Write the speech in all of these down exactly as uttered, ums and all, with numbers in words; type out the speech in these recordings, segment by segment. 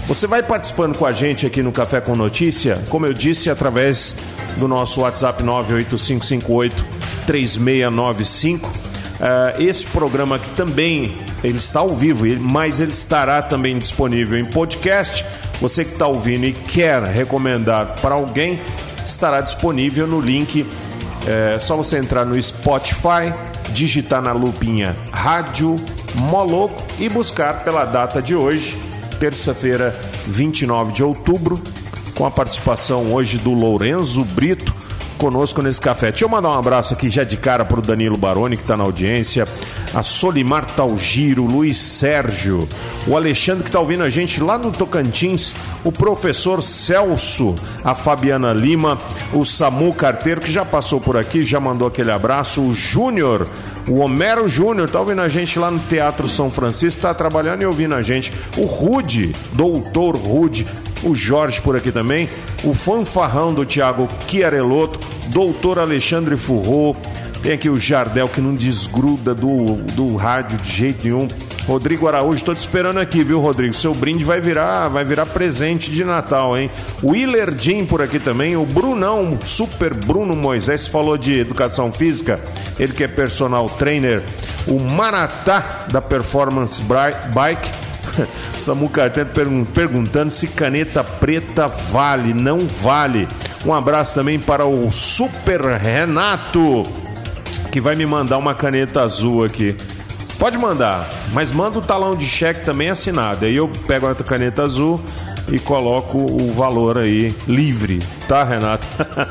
Você vai participando com a gente aqui no Café com Notícia, como eu disse, através do nosso WhatsApp nove oito cinco cinco oito três seis nove cinco. Uh, esse programa aqui também ele está ao vivo, mas ele estará também disponível em podcast. Você que está ouvindo e quer recomendar para alguém, estará disponível no link. É só você entrar no Spotify, digitar na lupinha Rádio Moloco e buscar pela data de hoje, terça-feira, vinte e nove de outubro, com a participação hoje do Lourenço Brito conosco nesse café. Deixa eu mandar um abraço aqui já de cara para o Danilo Baroni, que está na audiência, a Solimar Talgiro, o Luiz Sérgio, o Alexandre, que está ouvindo a gente lá no Tocantins, o professor Celso, a Fabiana Lima, o Samu Carteiro, que já passou por aqui, já mandou aquele abraço, o Júnior, o Homero Júnior, está ouvindo a gente lá no Teatro São Francisco, está trabalhando e ouvindo a gente, o Rude, doutor Rude, o Jorge por aqui também, o fanfarrão do Thiago Chiarelotto, doutor Alexandre Furro, tem aqui o Jardel que não desgruda do, do rádio de jeito nenhum, Rodrigo Araújo, tô te esperando aqui, viu, Rodrigo? Seu brinde vai virar, vai virar presente de Natal, hein? O Willer Jim por aqui também, o Brunão, super Bruno Moisés, falou de educação física, ele que é personal trainer, o Maratá da Performance Bike, Samu Carteiro perguntando se caneta preta vale, não vale. Um abraço também para o Super Renato, que vai me mandar uma caneta azul aqui. Pode mandar, mas manda o talão de cheque também assinado. Aí eu pego a caneta azul e coloco o valor aí livre, tá, Renato?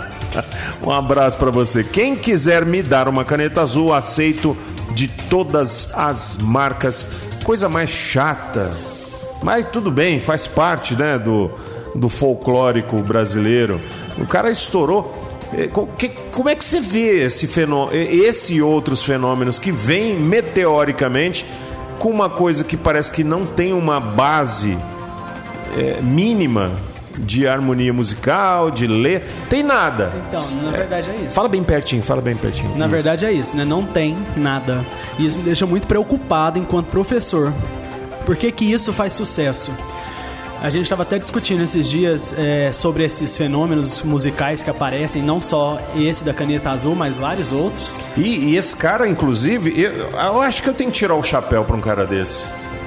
Um abraço para você. Quem quiser me dar uma caneta azul, aceito de todas as marcas. Coisa mais chata, mas tudo bem, faz parte, né, do, do folclórico brasileiro. O cara estourou. Como é que você vê esse fenômeno, esse e outros fenômenos que vêm meteoricamente com uma coisa que parece que não tem uma base é, mínima de harmonia musical, de ler, tem nada. Então, na verdade é isso. Fala bem pertinho, fala bem pertinho. Na isso. verdade é isso, né? Não tem nada. E isso me deixa muito preocupado enquanto professor. Por que que isso faz sucesso? A gente estava até discutindo esses dias é, sobre esses fenômenos musicais que aparecem, não só esse da caneta azul, mas vários outros. E, e esse cara, inclusive, eu, eu acho que eu tenho que tirar o chapéu para um cara desse.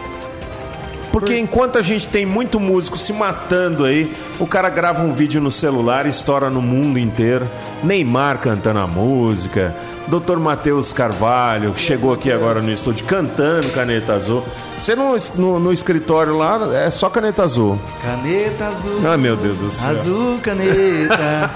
Porque enquanto a gente tem muito músico se matando aí, o cara grava um vídeo no celular e estoura no mundo inteiro. Neymar cantando a música, doutor Matheus Carvalho, que chegou aqui agora no estúdio cantando Caneta Azul. Você no, no, no escritório lá é só caneta azul. Caneta azul. Ah, meu Deus do céu. Azul, caneta.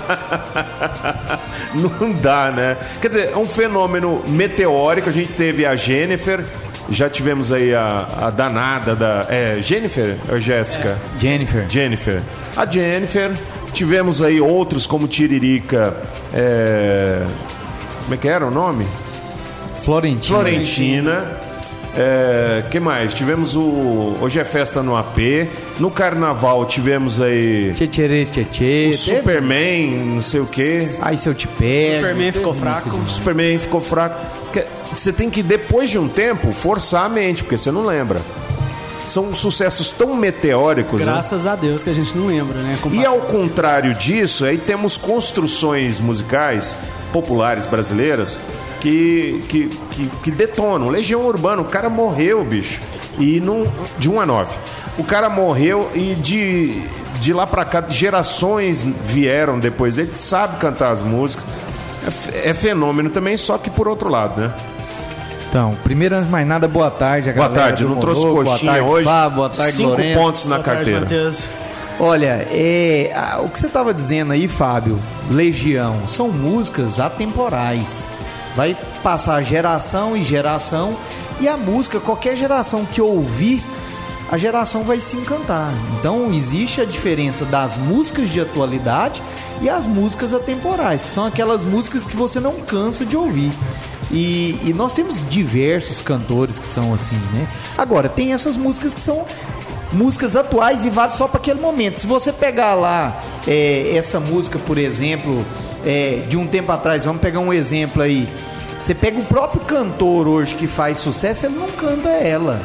Não dá, né? Quer dizer, é um fenômeno meteórico. A gente teve a Jennifer. Já tivemos aí a, a danada da... É Jennifer ou Jéssica? É. Jennifer. Jennifer. A Jennifer. Tivemos aí outros como Tiririca. É... Como é que era o nome? Florentina. Florentina. É, que mais? Tivemos o... Hoje é festa no A P. No Carnaval tivemos aí... Tchê, tchê, tchê. O Superman, não sei o quê. Aí se eu te pego. Superman ficou fraco. O Superman ficou fraco. Você tem que, depois de um tempo, forçar a mente, porque você não lembra. São sucessos tão meteóricos. Graças né? a Deus que a gente não lembra, né? E ao contrário disso, aí temos construções musicais populares brasileiras que, que, que, que detonam. Legião Urbana, o cara morreu, bicho. E não, de um a nove. O cara morreu e de, de lá pra cá, gerações vieram depois dele, sabe cantar as músicas. É, é fenômeno também, só que por outro lado, né? Então, primeiro, antes de mais nada, boa tarde. A boa tarde, não trouxe coxinha tarde, hoje. Fá, boa tarde, Cinco Lourenço. pontos na boa carteira. Tarde, Matheus. Olha, é, a, o que você estava dizendo aí, Fábio, Legião, são músicas atemporais. Vai passar geração e geração. E a música, qualquer geração que ouvir, a geração vai se encantar. Então, existe a diferença das músicas de atualidade e as músicas atemporais, que são aquelas músicas que você não cansa de ouvir. E, e nós temos diversos cantores que são assim, né? Agora, tem essas músicas que são músicas atuais e valem só para aquele momento. Se você pegar lá é, essa música, por exemplo, é, de um tempo atrás, vamos pegar um exemplo aí. Você pega o próprio cantor hoje que faz sucesso, ele não canta ela.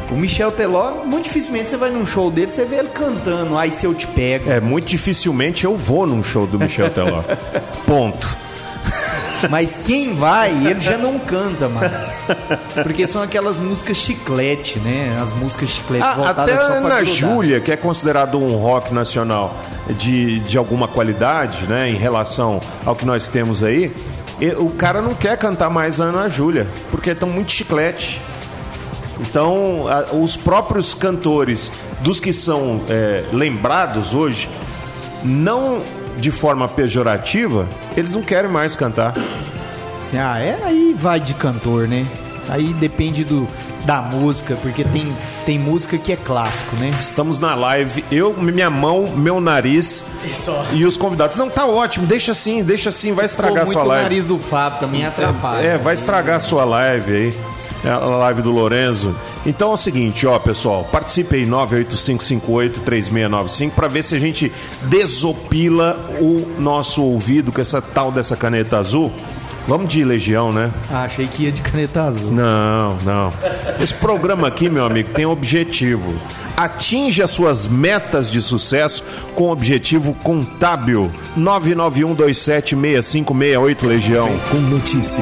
O Michel Teló, muito dificilmente você vai num show dele, você vê ele cantando, Ai Se Eu Te Pego. É, muito dificilmente eu vou num show do Michel Teló. Ponto. Mas quem vai, ele já não canta mais. Porque são aquelas músicas chiclete, né? As músicas chiclete Ah, voltadas até só pra Ana grudar. Júlia, que é considerado um rock nacional de, de alguma qualidade, né, em relação ao que nós temos aí, e, o cara não quer cantar mais a Ana Júlia, porque estão muito chiclete. Então, a, os próprios cantores, dos que são é, lembrados hoje, não de forma pejorativa, eles não querem mais cantar. Assim, ah, é, aí vai de cantor, né? Aí depende do, da música, porque tem, tem música que é clássico, né? Estamos na live, eu, minha mão, meu nariz Isso. e os convidados. Não, tá ótimo, deixa assim, deixa assim, vai estragar a Pô, sua muito live. o nariz do Fábio também atrapalha. É, vai estragar a sua live aí, a live do Lorenzo. Então é o seguinte, ó, pessoal, participe aí nove oito cinco cinco oito três seis nove cinco para ver se a gente desopila o nosso ouvido com essa tal dessa caneta azul. Vamos de Legião, né? Ah, achei que ia de caneta azul. Não, não. Esse programa aqui, meu amigo, tem objetivo. Atinja suas metas de sucesso com objetivo contábil. nove nove um dois sete seis cinco seis oito Legião. Com notícia.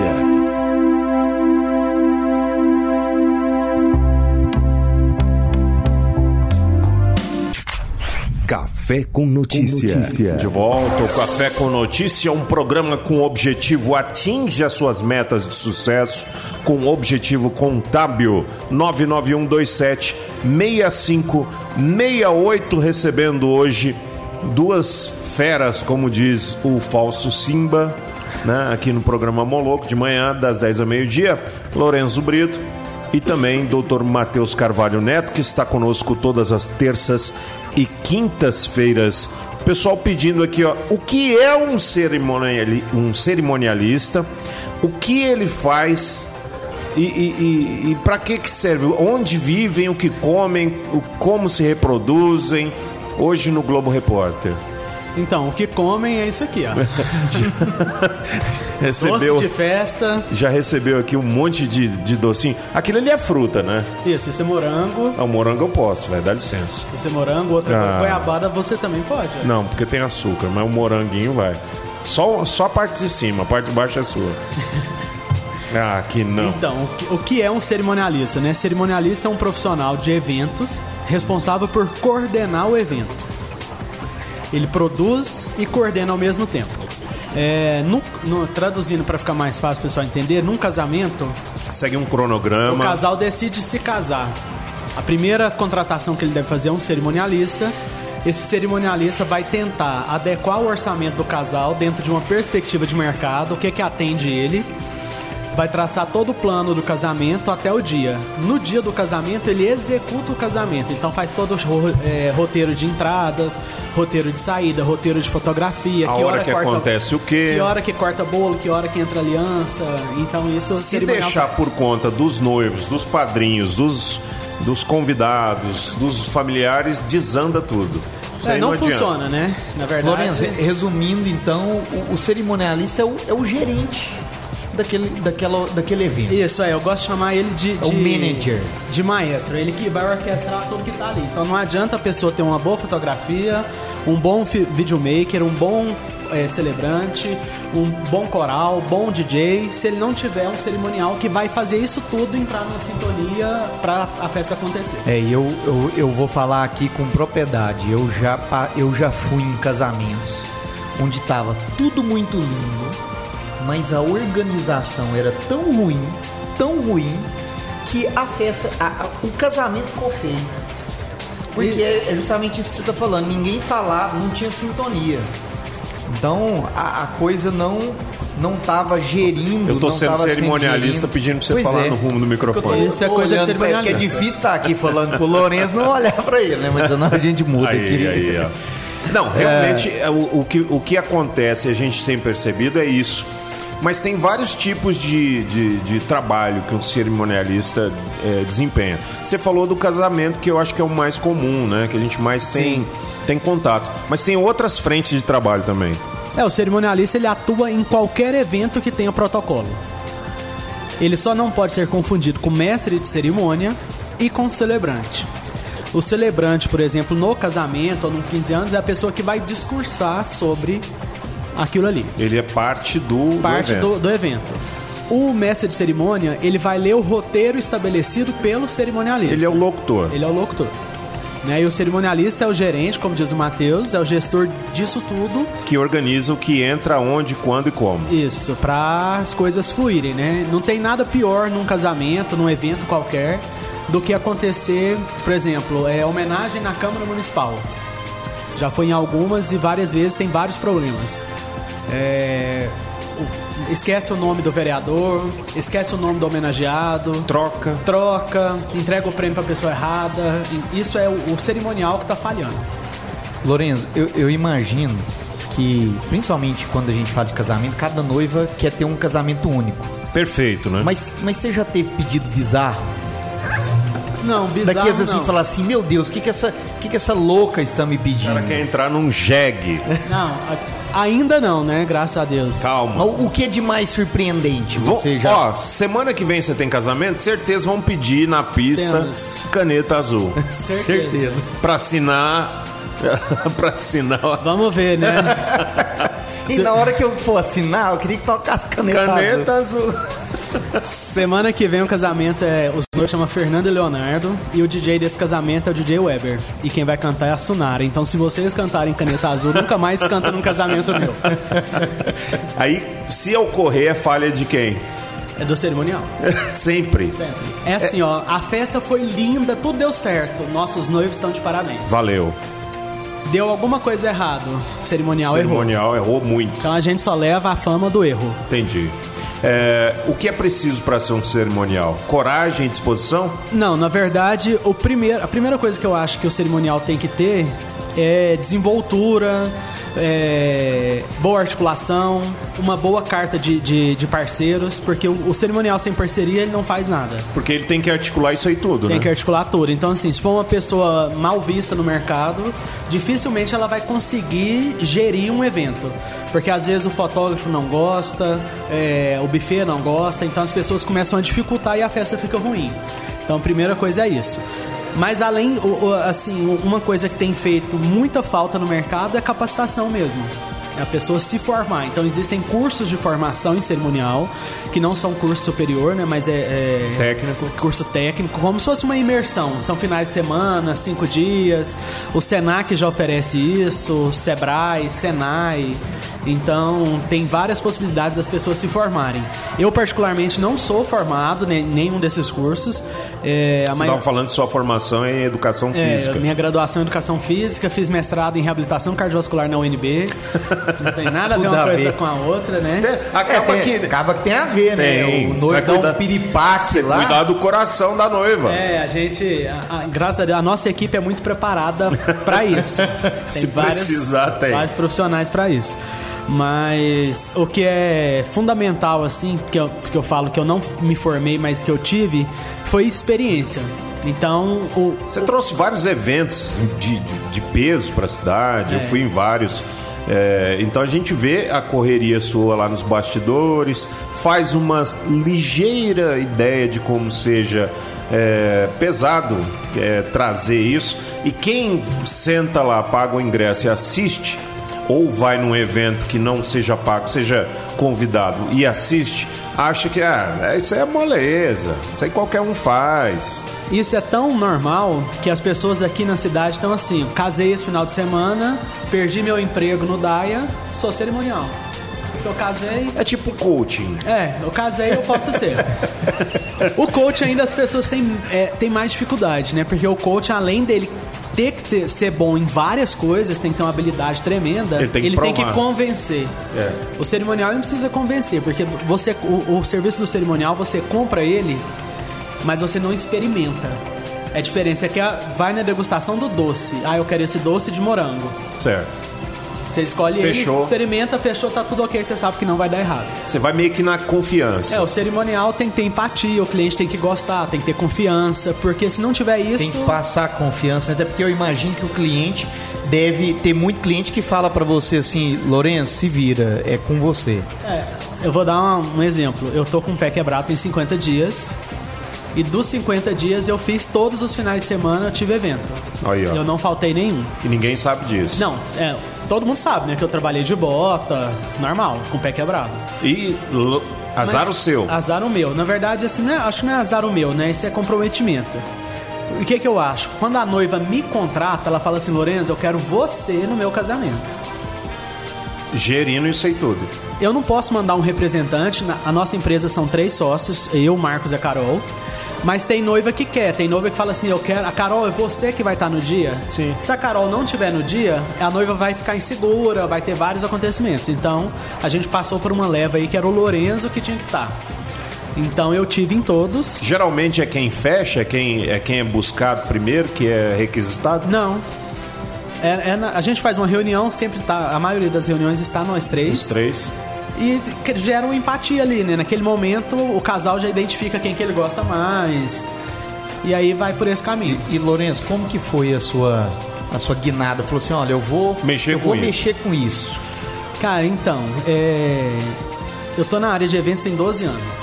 Café com notícia. Com notícia. De volta, o Café com Notícia, um programa com objetivo atinja suas metas de sucesso com objetivo contábil. nove nove um dois sete seis cinco seis oito, recebendo hoje duas feras, como diz o falso Simba, né? Aqui no programa Moloco, de manhã, das dez ao meio-dia, Lorenzo Brito. E também doutor Matheus Carvalho Neto, que está conosco todas as terças e quintas-feiras. Pessoal pedindo aqui, ó, o que é um, cerimoniali- um cerimonialista, o que ele faz e, e, e, e para que que serve, onde vivem, o que comem, o, como se reproduzem, hoje no Globo Repórter. Então, o que comem é isso aqui, ó. Recebeu, Doce de festa. já recebeu aqui um monte de, de docinho. Aquilo ali é fruta, né? Isso, esse é morango. Ah, o morango eu posso, vai, dá licença. Esse é morango, outra Ah. goiabada você também pode. ó. Não, porque tem açúcar, mas o moranguinho vai. Só, só a parte de cima, a parte de baixo é sua. Ah, que não. Então, o que, o que é um cerimonialista, né? Cerimonialista é um profissional de eventos responsável por coordenar o evento. Ele produz e coordena ao mesmo tempo. É, no, no, traduzindo para ficar mais fácil o pessoal entender, num casamento, Segue um o cronograma. casal decide se casar. A primeira contratação que ele deve fazer é um cerimonialista. Esse cerimonialista vai tentar adequar o orçamento do casal dentro de uma perspectiva de mercado, o que que atende ele. Vai traçar todo o plano do casamento até o dia. No dia do casamento, ele executa o casamento. Então faz todo o ro- é, roteiro de entradas, roteiro de saída, roteiro de fotografia. A que hora que corta- acontece o quê? Que hora que corta bolo, que hora que entra aliança. Então isso... o Se cerimonial deixar faz. por conta dos noivos, dos padrinhos, dos, dos convidados, dos familiares, desanda tudo. Isso É, aí não adianta. funciona, né? Na verdade... Lourenço, resumindo então, o, o cerimonialista é o, é o gerente daquele, daquela, daquele evento. Isso, é, eu gosto de chamar ele de... É o de manager. De maestro, ele que vai orquestrar tudo que tá ali. Então não adianta a pessoa ter uma boa fotografia, um bom fi- videomaker, um bom é, celebrante, um bom coral, bom D J, se ele não tiver um cerimonial que vai fazer isso tudo entrar na sintonia pra a festa acontecer. É, e eu, eu, eu vou falar aqui com propriedade. Eu já, pa- eu já fui em casamentos onde tava tudo muito lindo, mas a organização era tão ruim, tão ruim, que a festa, a- a- o casamento ficou feio. Porque E- é justamente isso que você tá falando. Ninguém falava, não tinha sintonia. Então a, a coisa não não tava gerindo. Eu tô não sendo tava cerimonialista gerindo. pedindo pra você Pois falar é. no rumo do microfone. Isso é coisa de Olhando pra ele, cerimonialista. porque é difícil estar aqui falando com o Lourenço não olhar pra ele, né? Mas não, a gente muda Aí, aqui. aí, ó. Não, realmente é, o, o, que, o que acontece, a gente tem percebido, é isso. Mas tem vários tipos de, de, de trabalho que um cerimonialista é, desempenha. Você falou do casamento, que eu acho que é o mais comum, né? Que a gente mais tem, tem contato. Mas tem outras frentes de trabalho também. É, o cerimonialista ele atua em qualquer evento que tenha protocolo. Ele só não pode ser confundido com mestre de cerimônia e com o celebrante. O celebrante, por exemplo, no casamento ou no quinze anos, é a pessoa que vai discursar sobre aquilo ali. Ele é parte do, parte do evento. Do, do evento. O mestre de cerimônia, ele vai ler o roteiro estabelecido pelo cerimonialista. Ele é o locutor. Ele é o locutor. Né? E o cerimonialista é o gerente, como diz o Matheus, é o gestor disso tudo. Que organiza o que entra, onde, quando e como. Isso, para as coisas fluírem, né? Não tem nada pior num casamento, num evento qualquer, do que acontecer, por exemplo, é homenagem na Câmara Municipal. Já foi em algumas e várias vezes tem vários problemas. É... Esquece o nome do vereador, esquece o nome do homenageado, troca, troca, entrega o prêmio para a pessoa errada. Isso é o, o cerimonial que está falhando. Lorenzo, eu, eu imagino que, principalmente quando a gente fala de casamento, cada noiva quer ter um casamento único. Perfeito, né? Mas, mas você já teve pedido bizarro? Não, bizarro Daqueles assim, não. falar assim, meu Deus, o que que essa, que que essa louca está me pedindo? Ela quer entrar num jegue. Não, ainda não, né? Graças a Deus. Calma. Mas o que é de mais surpreendente? Vou, Você já... Ó, semana que vem você tem casamento, certeza vão pedir na pista Temos. caneta azul. Certeza. Certeza. Pra assinar... pra assinar... Vamos ver, né? E Se... na hora que eu for assinar, eu queria que tocasse caneta, caneta azul. azul. Semana que vem o casamento é... O senhor chama Fernando e Leonardo. E o D J desse casamento é o D J Weber. E quem vai cantar é a Sunara. Então se vocês cantarem caneta azul, nunca mais canta num casamento meu. Aí, se ocorrer, é falha de quem? É do cerimonial. Sempre. Sempre. É assim, é... ó. A festa foi linda, tudo deu certo. Nossos noivos estão de parabéns. Valeu. Deu alguma coisa errado. O cerimonial, cerimonial errou. errou muito. Então a gente só leva a fama do erro. Entendi. É, o que é preciso para ser um cerimonial? Coragem e disposição? Não, na verdade, o primeiro, a primeira coisa que eu acho que o cerimonial tem que ter é desenvoltura, é, boa articulação, uma boa carta de, de, de parceiros, porque o, o cerimonial sem parceria ele não faz nada. Porque ele tem que articular isso aí tudo, Tem né? que articular tudo. Então, assim, se for uma pessoa mal vista no mercado, dificilmente ela vai conseguir gerir um evento. Porque às vezes o fotógrafo não gosta, é, o buffet não gosta, então as pessoas começam a dificultar e a festa fica ruim. Então a primeira coisa é isso. Mas além, assim, uma coisa que tem feito muita falta no mercado é capacitação mesmo. É a pessoa se formar. Então existem cursos de formação em cerimonial, que não são curso superior, né? Mas é, é técnico. Curso técnico, como se fosse uma imersão. São finais de semana, cinco dias. O Senac já oferece isso, Sebrae, Senai. Então tem várias possibilidades das pessoas se formarem. Eu particularmente não sou formado em nenhum desses cursos. É, a Você maior... estava falando de sua formação em educação física. É, minha graduação em educação física, fiz mestrado em reabilitação cardiovascular na U N B. Não tem nada a ver uma coisa com a outra, né? Acaba, é, tem, que... acaba que tem a ver, tem. né? O noivo dá um piripaque lá. Cuidar do coração da noiva. É, a gente, a, a, graças a Deus, a nossa equipe é muito preparada para isso. Tem Se várias, precisar, tem. vários profissionais para isso. Mas o que é fundamental, assim, que eu, que eu falo que eu não me formei, mas que eu tive, foi experiência. Então, o, Você o... trouxe vários eventos de, de, de peso para a cidade, É. eu fui em vários. É, então a gente vê a correria sua lá nos bastidores, faz uma ligeira ideia de como seja é, pesado é, trazer isso. E quem senta lá, paga o ingresso e assiste, ou vai num evento que não seja pago, seja convidado e assiste, acha que ah, isso aí é moleza, isso aí qualquer um faz. Isso é tão normal que as pessoas aqui na cidade estão assim: casei esse final de semana, perdi meu emprego no Daia, sou cerimonial. Eu casei... É tipo coaching. É, eu casei, eu posso ser. O coach ainda as pessoas têm, é, têm mais dificuldade, né? Porque o coach, além dele ter que ter, ser bom em várias coisas, tem que ter uma habilidade tremenda, ele tem que, ele tem que convencer. É. O cerimonial não precisa convencer, porque você, o, o serviço do cerimonial, você compra ele, mas você não experimenta. É a diferença, é que vai na degustação do doce. Ah, eu quero esse doce de morango. Certo. Você escolhe Fechou. ele, experimenta, fechou, tá tudo ok, você sabe que não vai dar errado. Você vai meio que na confiança. É, o cerimonial tem que ter empatia, o cliente tem que gostar, tem que ter confiança, porque se não tiver isso... Tem que passar confiança, até porque eu imagino que o cliente deve ter muito cliente que fala pra você assim: Lourenço, se vira, é com você. É, eu vou dar um, um exemplo. Eu tô com o pé quebrado em cinquenta dias E dos cinquenta dias eu fiz todos os finais de semana, eu tive evento. Aí, ó. Eu não faltei nenhum. E ninguém sabe disso. Não, é, todo mundo sabe, né? Que eu trabalhei de bota, normal, com o pé quebrado. E l- azar Mas, o seu. Azar o meu. Na verdade, assim, não é, acho que não é azar o meu, né? Isso é comprometimento. O que que eu acho? Quando a noiva me contrata, ela fala assim, Lorenzo, eu quero você no meu casamento. Gerindo isso aí tudo. Eu não posso mandar um representante. A nossa empresa são três sócios, eu, Marcos e a Carol. Mas tem noiva que quer, tem noiva que fala assim, eu quero, a Carol, é você que vai estar no dia? Sim. Se a Carol não estiver no dia, a noiva vai ficar insegura, vai ter vários acontecimentos. Então, a gente passou por uma leva aí que era o Lorenzo que tinha que estar. Então, eu tive em todos. Geralmente é quem fecha, é quem é, quem é buscado primeiro, que é requisitado? Não. É, é na, a gente faz uma reunião, sempre tá, a maioria das reuniões está nós três. Os três. E gera uma empatia ali, né? Naquele momento, o casal já identifica quem que ele gosta mais. E aí vai por esse caminho. E, Lourenço, como que foi a sua, a sua guinada? Falou assim, olha, eu vou mexer, eu com, vou isso. mexer com isso. Cara, então, é... eu tô na área de eventos tem doze anos.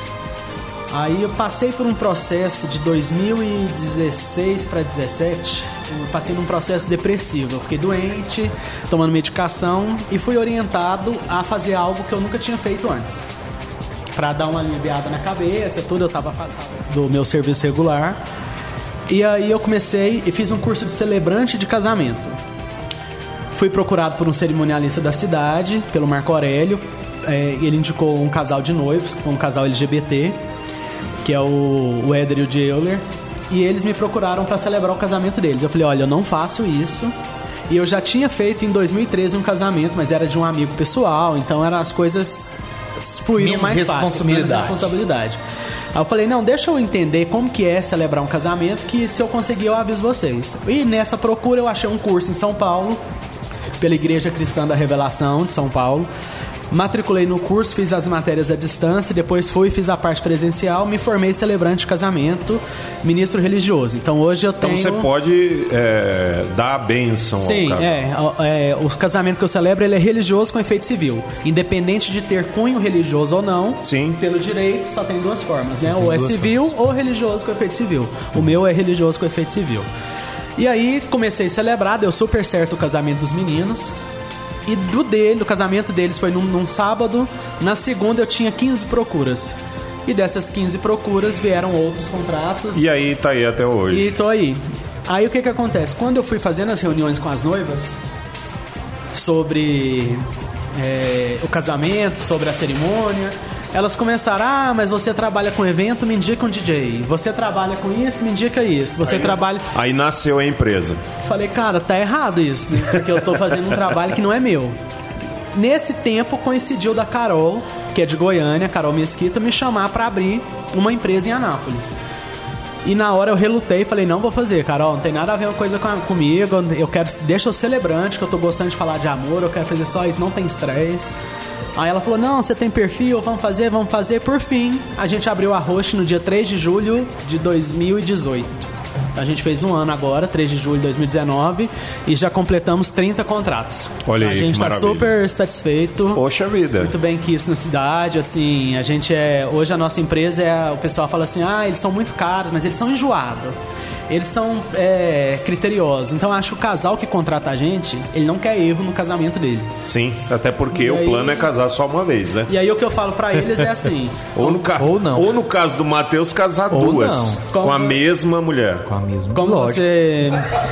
Aí eu passei por um processo de dois mil e dezesseis para dezessete. Eu passei num processo depressivo. Eu fiquei doente, tomando medicação e fui orientado a fazer algo que eu nunca tinha feito antes. Pra dar uma aliviada na cabeça, tudo. Eu tava afastado do meu serviço regular. E aí eu comecei e fiz um curso de celebrante de casamento. Fui procurado por um cerimonialista da cidade, pelo Marco Aurélio. É, ele indicou um casal de noivos, um casal L G B T, que é o, o Éder e o Euler. E eles me procuraram para celebrar o casamento deles. Eu falei, olha, eu não faço isso. E eu já tinha feito em dois mil e treze um casamento, mas era de um amigo pessoal, então eram as coisas fluíram Menos mais fácil. responsabilidade. Menos responsabilidade. Aí eu falei, não, deixa eu entender como que é celebrar um casamento, que se eu conseguir eu aviso vocês. E nessa procura eu achei um curso em São Paulo, pela Igreja Cristã da Revelação de São Paulo. Matriculei no curso, fiz as matérias à distância, depois fui, fiz a parte presencial, me formei celebrante de casamento, ministro religioso. Então hoje eu tenho... Então você pode é, dar a bênção Sim, ao casal. é, é, o casamento que eu celebro ele é religioso com efeito civil. Independente de ter cunho religioso ou não, Sim. Pelo direito só tem duas formas, né? Ou é duas civil ou religioso com efeito civil. O meu é religioso com efeito civil. E aí comecei a celebrar, deu super certo o casamento dos meninos. E do dele, o casamento deles foi num, num sábado. Na segunda eu tinha quinze procuras. E dessas quinze procuras vieram outros contratos. E aí tá aí até hoje. E tô aí. Aí o que que acontece? Quando eu fui fazendo as reuniões com as noivas sobre é, o casamento, sobre a cerimônia, elas começaram, ah, mas você trabalha com evento, me indica um D J. Você trabalha com isso, me indica isso. Você aí, trabalha... Aí nasceu a empresa. Falei, cara, tá errado isso, né? Porque eu tô fazendo um trabalho que não é meu. Nesse tempo coincidiu da Carol, que é de Goiânia, Carol Mesquita, me chamar pra abrir uma empresa em Anápolis. E na hora eu relutei e falei, não vou fazer, Carol, não tem nada a ver uma coisa com a, comigo, eu quero, deixa eu celebrante, que eu tô gostando de falar de amor, eu quero fazer só isso, não tem estresse. Aí ela falou, não, você tem perfil, vamos fazer, vamos fazer. Por fim, a gente abriu a Roche no dia três de julho de dois mil e dezoito. A gente fez um ano agora, três de julho de dois mil e dezenove, e já completamos trinta contratos. Olha aí, a gente que tá maravilha. Super satisfeito. Poxa vida. Muito bem que isso na cidade, assim, a gente é... Hoje a nossa empresa, é, o pessoal fala assim, ah, eles são muito caros, mas eles são enjoados. Eles são é, criteriosos. Então acho que o casal que contrata a gente, ele não quer erro no casamento dele. Sim, até porque E o aí- plano é casar só uma vez, né? E aí o que eu falo pra eles é assim... Ou no caso, ou não. ou no caso do Matheus, casar Ou duas. não. Com a Como- mesma mulher. Com a mesma Como lógica. você...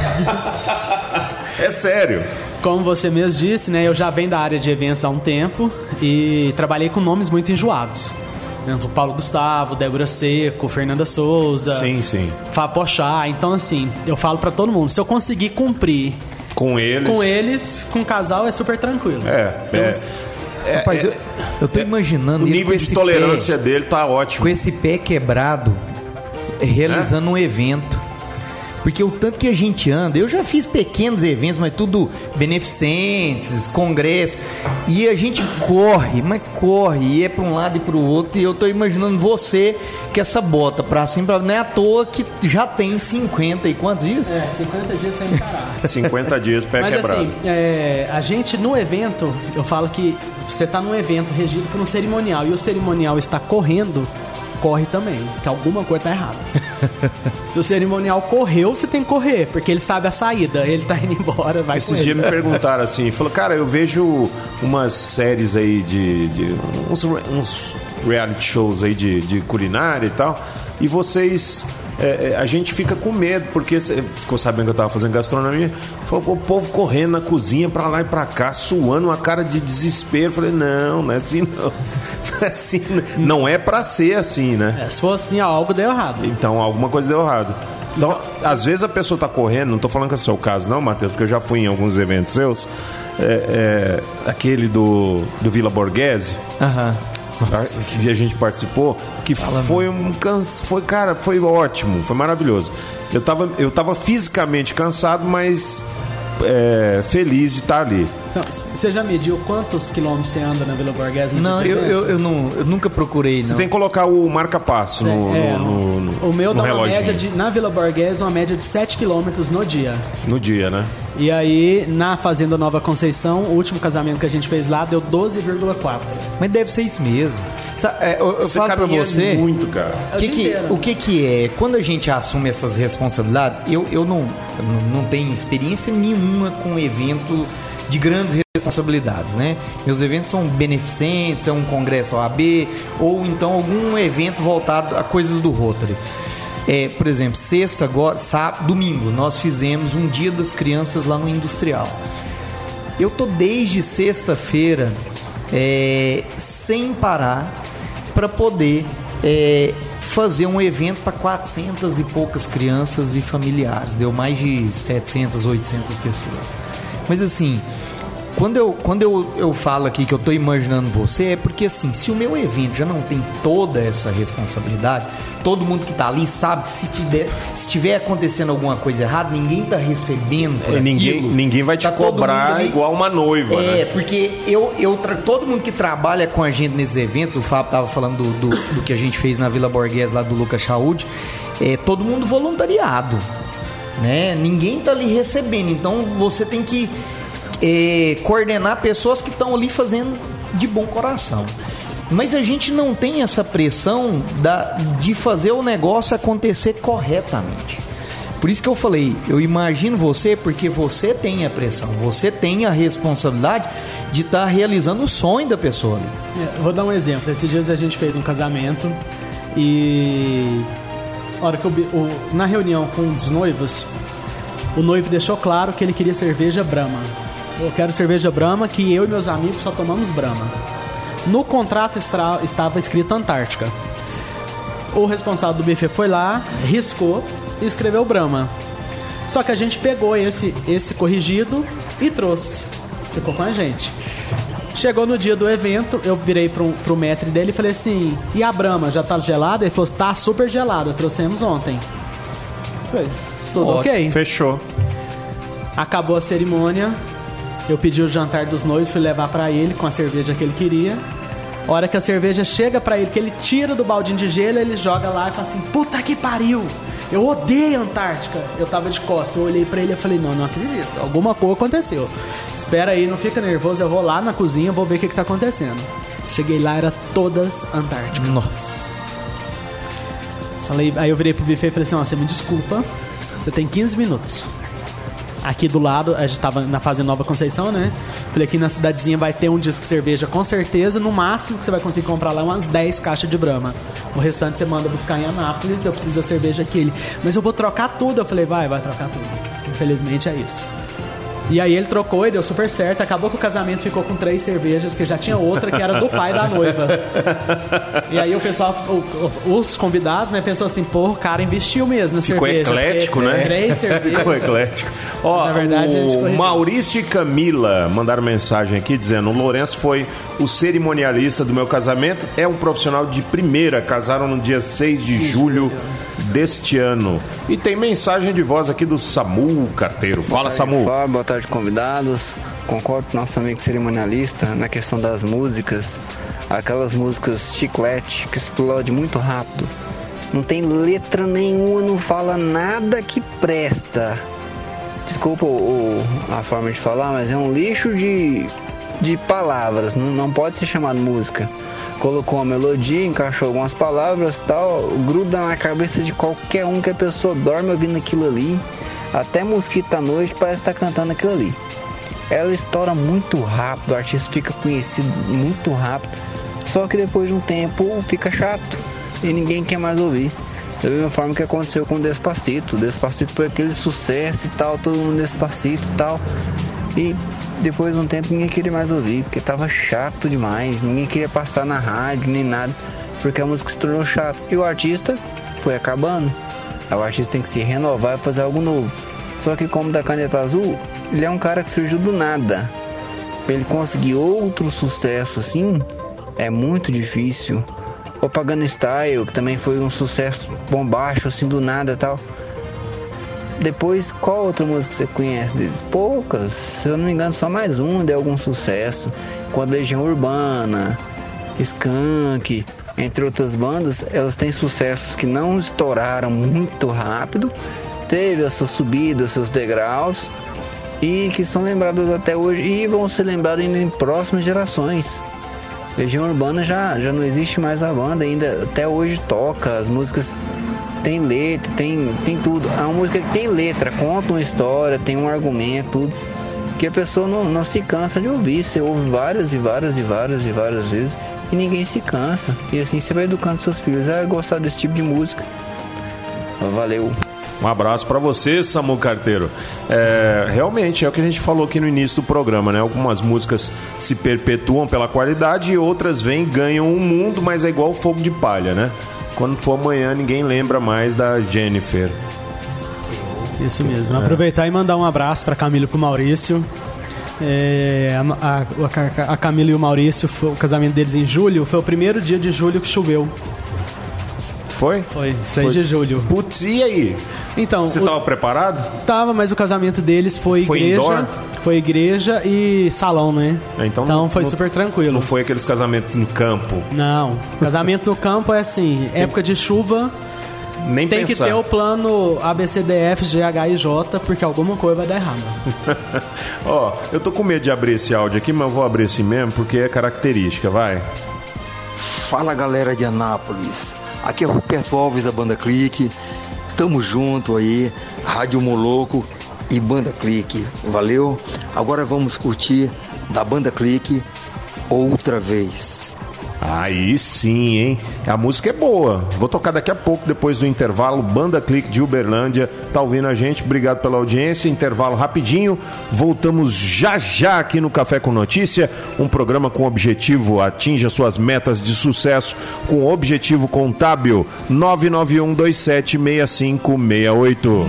É sério. Como você mesmo disse, né? Eu já venho da área de eventos há um tempo e trabalhei com nomes muito enjoados. Né, o Paulo Gustavo, Débora Seco, Fernanda Souza, Sim, sim. Fábio Pochá. Então, assim, eu falo pra todo mundo, se eu conseguir cumprir Com eles. com eles, com o casal, é super tranquilo. É, Então, é. Rapaz, eu, eu tô imaginando O ele nível com de esse tolerância pé, dele tá ótimo. com esse pé quebrado, realizando um evento. Porque o tanto que a gente anda, eu já fiz pequenos eventos, mas tudo beneficentes, congressos, e a gente corre, mas corre, e é para um lado e para o outro, e eu tô imaginando você que essa bota pra cima, pra... não é à toa que já tem cinquenta e quantos dias? É, cinquenta dias sem parar. cinquenta dias, pé Mas quebrado. assim, é, a gente no evento, eu falo que você tá num evento regido por um cerimonial e o cerimonial está correndo, corre também, que alguma coisa tá errada. Se o cerimonial correu, você tem que correr, porque ele sabe a saída, ele tá indo embora, vai Esses dias me perguntaram assim, falou, cara, eu vejo umas séries aí de, de uns, uns reality shows aí de, de culinária e tal, e vocês... É, a gente fica com medo, porque você ficou sabendo que eu tava fazendo gastronomia, falou, o povo correndo na cozinha pra lá e pra cá, suando, uma cara de desespero. Falei, não, não é assim não. Não é assim, não é pra ser assim, né? É, se for assim, algo deu errado. Então, alguma coisa deu errado. Então, às vezes a pessoa tá correndo, não tô falando que é o seu caso não, Matheus, porque eu já fui em alguns eventos seus, é, é, aquele do, do Vila Borghese. Aham. Que dia a gente participou, que Fala, foi um canso, foi, cara, foi ótimo, foi maravilhoso. Eu tava, eu tava fisicamente cansado, mas é, feliz de estar ali. Então, você já mediu quantos quilômetros você anda na Vila Borghese? Não, eu, eu, eu, não, eu nunca procurei, não. Você tem que colocar o marca-passo no, é, no, no, O meu no dá uma reloginho. média de, na Vila Borghese, uma média de sete quilômetros no dia. No dia, né? E aí, na Fazenda Nova Conceição, o último casamento que a gente fez lá deu doze vírgula quatro. Mas deve ser isso mesmo. Sa- é, eu eu Você falo pra caminha você... muito, cara. É o Que dia que, inteiro. o que que é? Quando a gente assume essas responsabilidades, eu, eu, não, eu não- não tenho experiência nenhuma com evento de grandes responsabilidades, né? Meus eventos são beneficentes, é um congresso da O A B, ou então algum evento voltado a coisas do Rotary. É, por exemplo, sexta, agora, sábado, domingo, nós fizemos um Dia das Crianças lá no Industrial. Eu tô desde sexta-feira é, sem parar para poder é, fazer um evento para quatrocentas e poucas crianças e familiares. Deu mais de setecentas, oitocentas pessoas. Mas assim, quando eu, quando eu, eu falo aqui que eu estou imaginando você, é porque assim, se o meu evento já não tem toda essa responsabilidade, todo mundo que está ali sabe que se tiver, se tiver acontecendo alguma coisa errada, ninguém está recebendo por É, ninguém, aquilo. ninguém vai te Tá todo cobrar mundo ali- igual uma noiva, É, né? porque eu, eu tra- todo mundo que trabalha com a gente nesses eventos, o Fábio estava falando do, do, do que a gente fez na Vila Borghese, lá do Lucas Chaúde, é todo mundo voluntariado, né? Ninguém tá ali recebendo, então você tem que é, coordenar pessoas que estão ali fazendo de bom coração. Mas a gente não tem essa pressão da, de fazer o negócio acontecer corretamente. Por isso que eu falei, eu imagino você porque você tem a pressão, você tem a responsabilidade de estar realizando o sonho da pessoa ali. É, eu vou dar um exemplo. Esses dias a gente fez um casamento e a hora que eu, o, na reunião com os noivos, o noivo deixou claro que ele queria cerveja Brahma. Eu quero cerveja Brahma, que eu e meus amigos só tomamos Brahma. No contrato estra, estava escrito Antártica. O responsável do buffet foi lá, riscou e escreveu Brahma. Só que a gente pegou esse, esse corrigido e trouxe. Ficou com a gente. Chegou no dia do evento, eu virei pro, pro maître dele e falei assim, e a Brahma, já tá gelada? Ele falou, tá super gelada, trouxemos ontem. Falei, tudo Ó, ok. Fechou. Acabou a cerimônia, eu pedi o jantar dos noivos, fui levar pra ele com a cerveja que ele queria. A hora que a cerveja chega pra ele, que ele tira do baldinho de gelo, ele joga lá e fala assim, puta que pariu, eu odeio a Antártica. Eu tava de costas, eu olhei pra ele e falei, não, não acredito, alguma coisa aconteceu. Espera aí, não fica nervoso, eu vou lá na cozinha, vou ver o que que tá acontecendo. Cheguei lá, era todas Antártica. Nossa. Falei, aí eu virei pro buffet e falei assim, ó, você me desculpa, você tem quinze minutos. Aqui do lado, a gente tava na Fazenda Nova Conceição, né? Falei, aqui na cidadezinha vai ter um disco de cerveja, com certeza. No máximo que você vai conseguir comprar lá umas dez caixas de Brahma. O restante você manda buscar em Anápolis, eu preciso da cerveja aqui. Ele, mas eu vou trocar tudo. Eu falei, vai, vai trocar tudo. Infelizmente é isso. E aí ele trocou e deu super certo. Acabou que o casamento ficou com três cervejas, porque já tinha outra que era do pai da noiva. E aí o pessoal, o, o, os convidados, né, pensou assim, pô, o cara investiu mesmo na Ficou cerveja. eclético, porque, né? Três cervejas. Ficou eclético. Ó, na verdade, a gente o corrigiu. Maurício e Camila mandaram mensagem aqui dizendo, o Lourenço foi o cerimonialista do meu casamento, é um profissional de primeira, casaram no dia seis de julho deste ano. E tem mensagem de voz aqui do Samu Carteiro. Fala, Samu. Fala, boa tarde, convidados. Concordo com nosso amigo cerimonialista na questão das músicas. Aquelas músicas chiclete que explode muito rápido. Não tem letra nenhuma, não fala nada que presta. Desculpa o, a forma de falar, mas é um lixo de, de palavras, não, não pode ser chamado música. Colocou uma melodia, encaixou algumas palavras e tal, gruda na cabeça de qualquer um que a pessoa dorme ouvindo aquilo ali. Até mosquito à noite parece estar cantando aquilo ali. Ela estoura muito rápido, o artista fica conhecido muito rápido, só que depois de um tempo fica chato e ninguém quer mais ouvir. Da mesma forma que aconteceu com o Despacito. O Despacito foi aquele sucesso e tal, todo mundo Despacito e tal. E depois de um tempo ninguém queria mais ouvir, porque tava chato demais, ninguém queria passar na rádio nem nada, porque a música se tornou chata. E o artista foi acabando. O artista tem que se renovar e fazer algo novo. Só que como da Caneta Azul, ele é um cara que surgiu do nada. Pra ele conseguir outro sucesso assim, é muito difícil. O Pagano Style, que também foi um sucesso bombástico assim do nada e tal. Depois, qual outra música você conhece deles? Poucas, se eu não me engano, só mais um deu algum sucesso. Com a Legião Urbana, Skank, entre outras bandas, elas têm sucessos que não estouraram muito rápido, teve as suas subidas, seus degraus, e que são lembrados até hoje e vão ser lembrados ainda em próximas gerações. Legião Urbana já, já não existe mais a banda, ainda até hoje toca, as músicas tem letra, tem, tem tudo. É uma música que tem letra, conta uma história, tem um argumento, tudo, que a pessoa não, não se cansa de ouvir. Você ouve várias e várias e várias e várias vezes e ninguém se cansa. E assim você vai educando seus filhos a gostar desse tipo de música. Valeu. Um abraço para você, Samu Carteiro. É, realmente, é o que a gente falou aqui no início do programa, né? Algumas músicas se perpetuam pela qualidade e outras vêm e ganham o mundo, mas é igual o fogo de palha, né? Quando for amanhã, ninguém lembra mais da Jennifer. Isso mesmo. É. Aproveitar e mandar um abraço para Camila e pro Maurício. É, a, a, a Camila e o Maurício, foi, o casamento deles em julho, foi o primeiro dia de julho que choveu. Foi? Foi, seis de julho. Putz, e aí? Então, você estava preparado? Tava, mas o casamento deles foi, foi igreja. Indoor? Foi igreja e salão, né? Então, então não, foi não, super tranquilo. Não foi aqueles casamentos no campo? Não. Casamento no campo é assim, tem... época de chuva. Nem tem pensar. Que ter o plano A, B, C, D, F, G, H I, J, porque alguma coisa vai dar errado. Ó, oh, eu tô com medo de abrir esse áudio aqui, mas eu vou abrir assim mesmo, porque é característica, vai. Fala, galera de Anápolis. Aqui é o Roberto Alves da Banda Clique. Tamo junto aí, Rádio Moloco e Banda Clique. Valeu? Agora vamos curtir da Banda Clique outra vez. Aí sim, hein? A música é boa. Vou tocar daqui a pouco, depois do intervalo. Banda Clique de Uberlândia. Tá ouvindo a gente? Obrigado pela audiência. Intervalo rapidinho. Voltamos já já aqui no Café com Notícia. Um programa com objetivo atinja suas metas de sucesso com objetivo contábil. nove nove um dois sete seis cinco seis oito.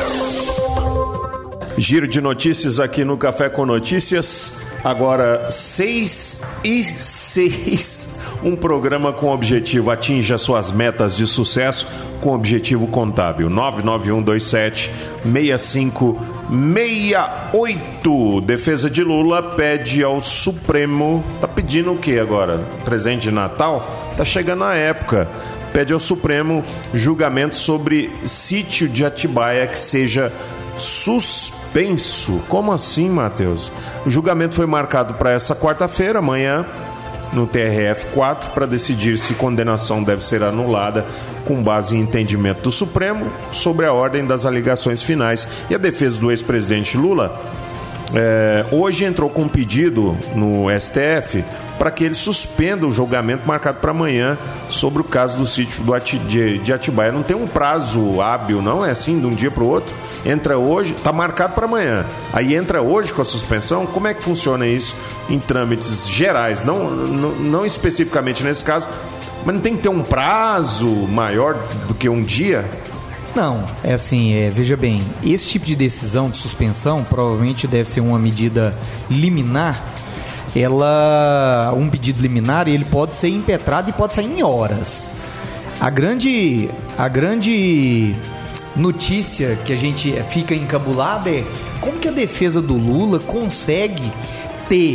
Giro de notícias aqui no Café com Notícias. Agora seis e seis. Um programa com objetivo atinja suas metas de sucesso com objetivo contábil. nove nove um dois sete seis cinco seis oito. Defesa de Lula pede ao Supremo. Tá pedindo o que agora? Presente de Natal? Tá chegando a época. Pede ao Supremo julgamento sobre sítio de Atibaia que seja suspenso. Como assim, Matheus? O julgamento foi marcado para essa quarta-feira, amanhã, no T R F quatro, para decidir se condenação deve ser anulada com base em entendimento do Supremo sobre a ordem das alegações finais. E a defesa do ex-presidente Lula é, hoje entrou com um pedido no S T F para que ele suspenda o julgamento marcado para amanhã sobre o caso do sítio do Ati, de, de Atibaia. Não tem um prazo hábil, não? É assim, de um dia para o outro? Entra hoje, está marcado para amanhã. Aí entra hoje com a suspensão? Como é que funciona isso em trâmites gerais? Não, não, não especificamente nesse caso, mas não tem que ter um prazo maior do que um dia? Não, é assim, é, veja bem, esse tipo de decisão de suspensão provavelmente deve ser uma medida liminar. Ela, um pedido liminar, ele pode ser impetrado e pode sair em horas. A grande, a grande notícia que a gente fica encabulada é como que a defesa do Lula consegue ter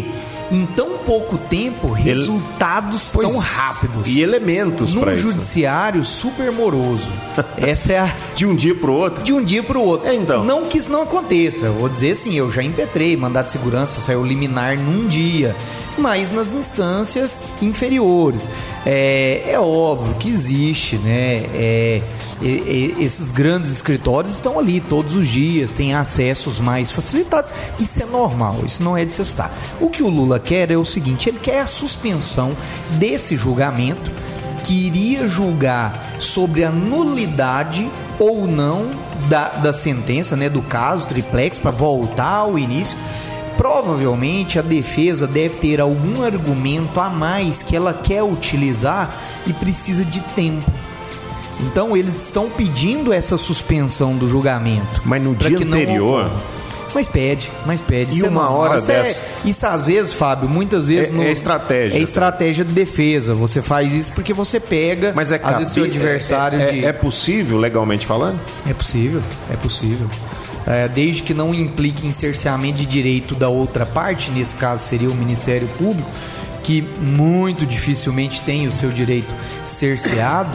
em tão pouco tempo, resultados Ele... tão rápidos. E elementos para isso. Num judiciário super moroso. Essa é a... De um dia pro outro? De um dia pro outro. É, então. Não que isso não aconteça. Eu vou dizer assim, eu já impetrei, mandado de segurança, saiu liminar num dia. Mas nas instâncias inferiores. É, é óbvio que existe, né? É... E, e, esses grandes escritórios estão ali todos os dias, têm acessos mais facilitados. Isso é normal, isso não é de se assustar. O que o Lula quer é o seguinte: ele quer a suspensão desse julgamento, que iria julgar sobre a nulidade ou não da, da sentença, né, do caso Triplex, para voltar ao início. Provavelmente a defesa deve ter algum argumento a mais que ela quer utilizar e precisa de tempo. Então eles estão pedindo essa suspensão do julgamento. Mas no dia anterior... Mas pede, mas pede. E uma hora isso dessa... É, isso às vezes, Fábio, muitas vezes... É, no, é estratégia. É estratégia de defesa. Você faz isso porque você pega, mas é às vezes, seu adversário... É, é, de... é possível, legalmente falando? É possível, é possível. É, desde que não implique em cerceamento de direito da outra parte, nesse caso seria o Ministério Público, que muito dificilmente tem o seu direito cerceado.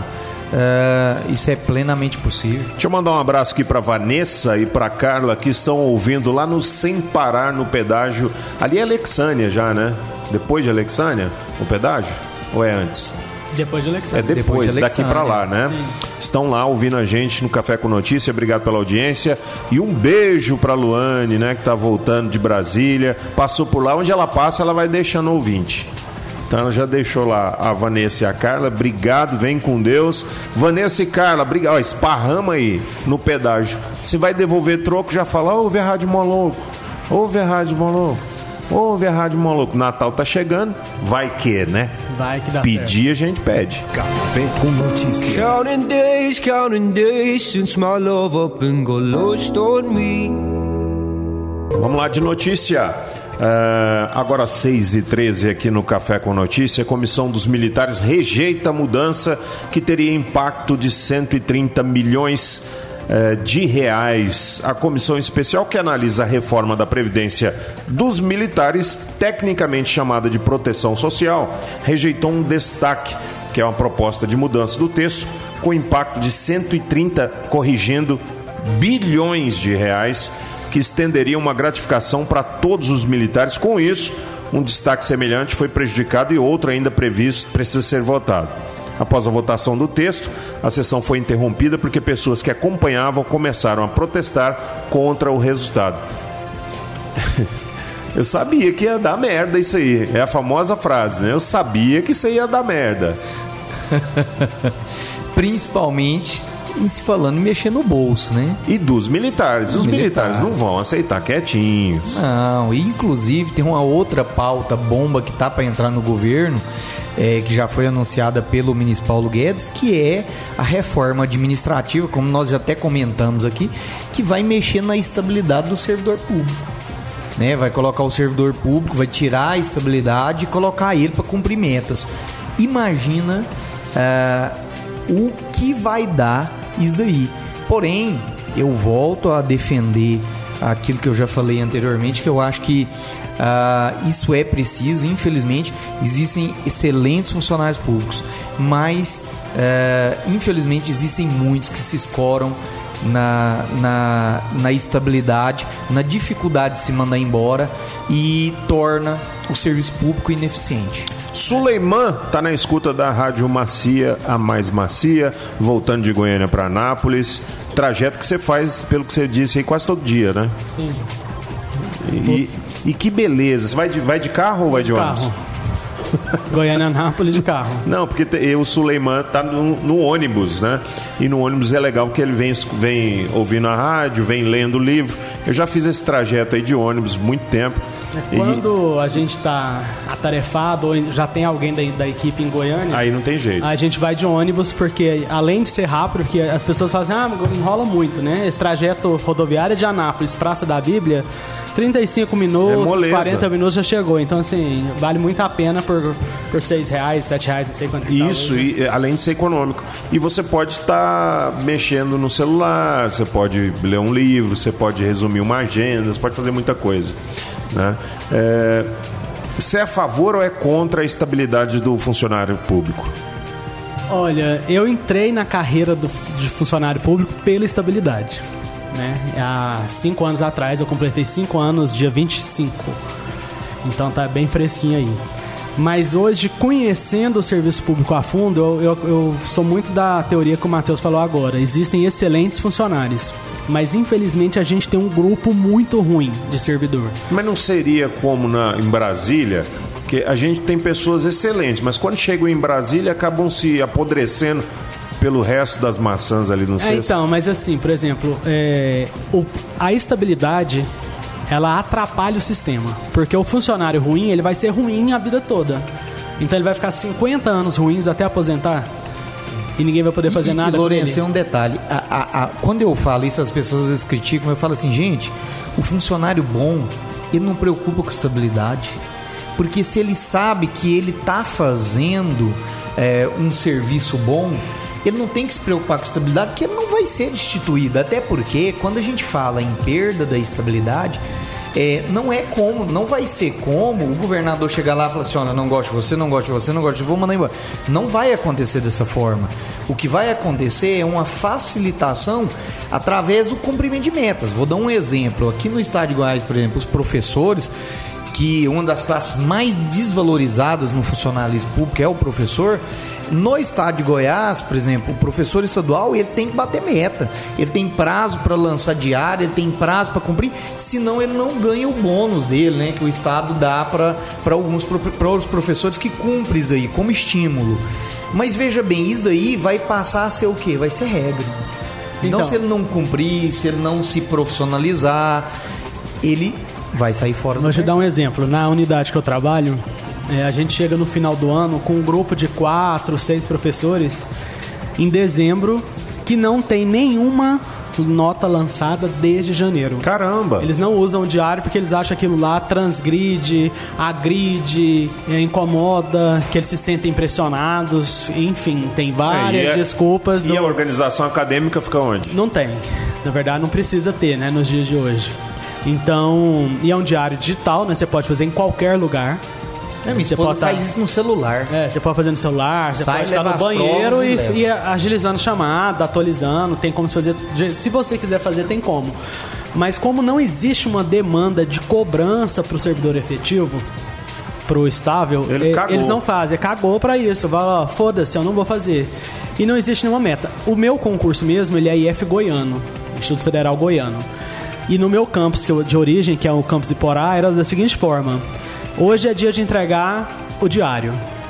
Uh, isso é plenamente possível. Deixa eu mandar um abraço aqui para Vanessa e para Carla, que estão ouvindo lá no Sem Parar, no pedágio. Ali é Alexânia já, né? Depois de Alexânia, o pedágio? Ou é antes? Depois de Alexânia. É depois, depois de daqui para lá, né? Sim. Estão lá ouvindo a gente no Café com Notícia. Obrigado pela audiência. E um beijo para Luane, né? Que tá voltando de Brasília. Passou por lá. Onde ela passa, ela vai deixando ouvinte. Então ela já deixou lá a Vanessa e a Carla. Obrigado, vem com Deus. Vanessa e Carla, obrigado. Ó, esparrama aí no pedágio. Se vai devolver troco, já fala: ouve a Rádio Moloco, ouve a Rádio Moloco, ouve a Rádio Moloco. Natal tá chegando, vai que, né? Vai que dá Pedir, certo. A gente pede. Café com Notícia. Counting days, counting days since my love up and got lost on me. Vamos lá de notícia. Uh, agora seis e treze aqui no Café com Notícia. A Comissão dos Militares rejeita a mudança que teria impacto de cento e trinta milhões uh, de reais. A comissão especial que analisa a reforma da Previdência dos militares, tecnicamente chamada de proteção social, rejeitou um destaque, que é uma proposta de mudança do texto, com impacto de cento e trinta, corrigindo, bilhões de reais, que estenderia uma gratificação para todos os militares. Com isso, um destaque semelhante foi prejudicado e outro ainda previsto precisa ser votado. Após a votação do texto, a sessão foi interrompida porque pessoas que acompanhavam começaram a protestar contra o resultado. Eu sabia que ia dar merda isso aí. É a famosa frase, né? Eu sabia que isso ia dar merda. Principalmente... em se falando em mexer no bolso, né? E dos militares. Os militares. militares não vão aceitar quietinhos. Não, e inclusive tem uma outra pauta bomba que tá para entrar no governo, é, que já foi anunciada pelo ministro Paulo Guedes, que é a reforma administrativa, como nós já até comentamos aqui, que vai mexer na estabilidade do servidor público. Né? Vai colocar o servidor público, vai tirar a estabilidade e colocar ele para cumprir metas. Imagina uh, o que vai dar isso daí. Porém, eu volto a defender aquilo que eu já falei anteriormente, que eu acho que uh, isso é preciso. Infelizmente, existem excelentes funcionários públicos, mas uh, infelizmente existem muitos que se escoram na, na, na estabilidade, na dificuldade de se mandar embora e torna o serviço público ineficiente. Suleiman tá na escuta da Rádio Macia, a mais macia, voltando de Goiânia para Anápolis. Trajeto que você faz, pelo que você disse aí, quase todo dia, né? Sim. E, e que beleza. Você vai de, vai de carro ou vai de, de ônibus? Carro. Goiânia, Anápolis de carro. Não, porque te, o Suleiman tá no, no ônibus, né? E no ônibus é legal porque ele vem, vem ouvindo a rádio, vem lendo o livro. Eu já fiz esse trajeto aí de ônibus muito tempo. É quando e... a gente tá atarefado ou já tem alguém da, da equipe em Goiânia, aí não tem jeito. A gente vai de ônibus porque, além de ser rápido, porque as pessoas falam assim, ah, enrola muito, né? Esse trajeto rodoviário de Anápolis, Praça da Bíblia, trinta e cinco minutos, é quarenta minutos já chegou. Então, assim, vale muito a pena por, por seis reais, sete reais, não sei quanto. Isso, e, além de ser econômico. E você pode estar mexendo no celular, você pode ler um livro, você pode resumir uma agenda, você pode fazer muita coisa, né? É... Você é a favor ou é contra a estabilidade do funcionário público? Olha, eu entrei na carreira do, de funcionário público pela estabilidade, né? Há cinco anos atrás, eu completei cinco anos, dia vinte e cinco. Então tá bem fresquinho aí. Mas hoje, conhecendo o serviço público a fundo, eu, eu, eu sou muito da teoria que o Matheus falou agora. Existem excelentes funcionários, mas infelizmente a gente tem um grupo muito ruim de servidor. Mas não seria como na, em Brasília, que a gente tem pessoas excelentes, mas quando chegam em Brasília acabam se apodrecendo pelo resto das maçãs ali no é, cesto? Então, mas assim, por exemplo, é, o, a estabilidade... ela atrapalha o sistema, porque o funcionário ruim, ele vai ser ruim a vida toda. Então ele vai ficar cinquenta anos ruins até aposentar e ninguém vai poder fazer e, nada e, Lourenço, com ele. tem um detalhe. A, a, a, quando eu falo isso, as pessoas às vezes criticam, eu falo assim, gente, o funcionário bom, ele não preocupa com estabilidade, porque se ele sabe que ele está fazendo é, um serviço bom, ele não tem que se preocupar com estabilidade, porque ele não vai ser destituído. Até porque, quando a gente fala em perda da estabilidade, é, não é como, não vai ser como o governador chegar lá e falar assim, olha, não gosto de você, não gosto de você, não gosto de você, vou mandar embora. Não vai acontecer dessa forma. O que vai acontecer é uma facilitação através do cumprimento de metas. Vou dar um exemplo. Aqui no estado de Goiás, por exemplo, os professores, que uma das classes mais desvalorizadas no funcionalismo público é o professor. No estado de Goiás, por exemplo, o professor estadual, ele tem que bater meta, ele tem prazo para lançar diária, ele tem prazo para cumprir, senão ele não ganha o bônus dele, né, que o estado dá para alguns para os professores que cumprem isso aí como estímulo. Mas veja bem, isso daí vai passar a ser o quê? Vai ser regra. Então, então se ele não cumprir, se ele não se profissionalizar, ele vai sair fora do Vou te dar um exemplo. Na unidade que eu trabalho, é, a gente chega no final do ano com um grupo de quatro, seis professores em dezembro que não tem nenhuma nota lançada desde janeiro. Caramba! Eles não usam o diário porque eles acham aquilo lá transgride, agride, é, incomoda, que eles se sentem impressionados, enfim, tem várias é, e a, desculpas. E do... a organização acadêmica fica onde? Não tem. Na verdade, não precisa ter, né, nos dias de hoje. Então, e é um diário digital, né? Você pode fazer em qualquer lugar. É, minha você pode faz tá... isso no celular. É, você pode fazer no celular, você Sai, pode estar no banheiro e, e, e agilizando chamada, atualizando, tem como se fazer. Se você quiser fazer, tem como. Mas como não existe uma demanda de cobrança para o servidor efetivo, para o estável, Ele e, eles não fazem. Cagou para isso. Vai, ó, foda-se, eu não vou fazer. E não existe nenhuma meta. O meu concurso mesmo, ele é I F Goiano, Instituto Federal Goiano. E no meu campus de origem, que é o campus de Porá, era da seguinte forma: hoje é dia de entregar o diário.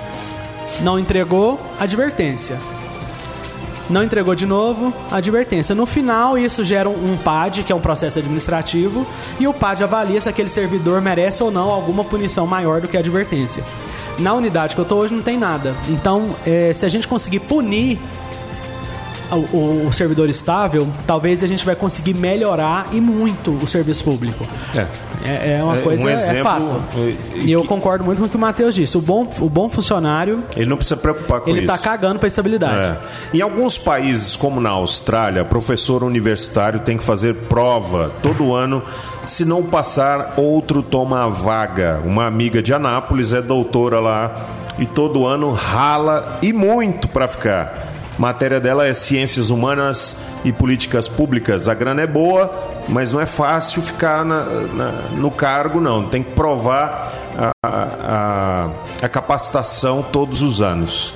Não entregou, advertência. Não entregou de novo, advertência. No final, isso gera um P A D, que é um processo administrativo, e o P A D avalia se aquele servidor merece ou não alguma punição maior do que a advertência. Na unidade que eu estou hoje não tem nada. Então, é, se a gente conseguir punir O, o, o servidor estável, talvez a gente vai conseguir melhorar e muito o serviço público. É, é, é uma é, coisa, um exemplo, é fato. E, e eu que... concordo muito com o que o Matheus disse. O bom, o bom funcionário, ele não precisa preocupar com ele isso. Ele está cagando para a estabilidade. É. Em alguns países, como na Austrália, professor universitário tem que fazer prova todo ano. Se não passar, outro toma a vaga. Uma amiga de Anápolis é doutora lá e todo ano rala e muito para ficar. Matéria dela é Ciências Humanas e Políticas Públicas. A grana é boa, mas não é fácil ficar na, na, no cargo, não. Tem que provar a, a, a capacitação todos os anos.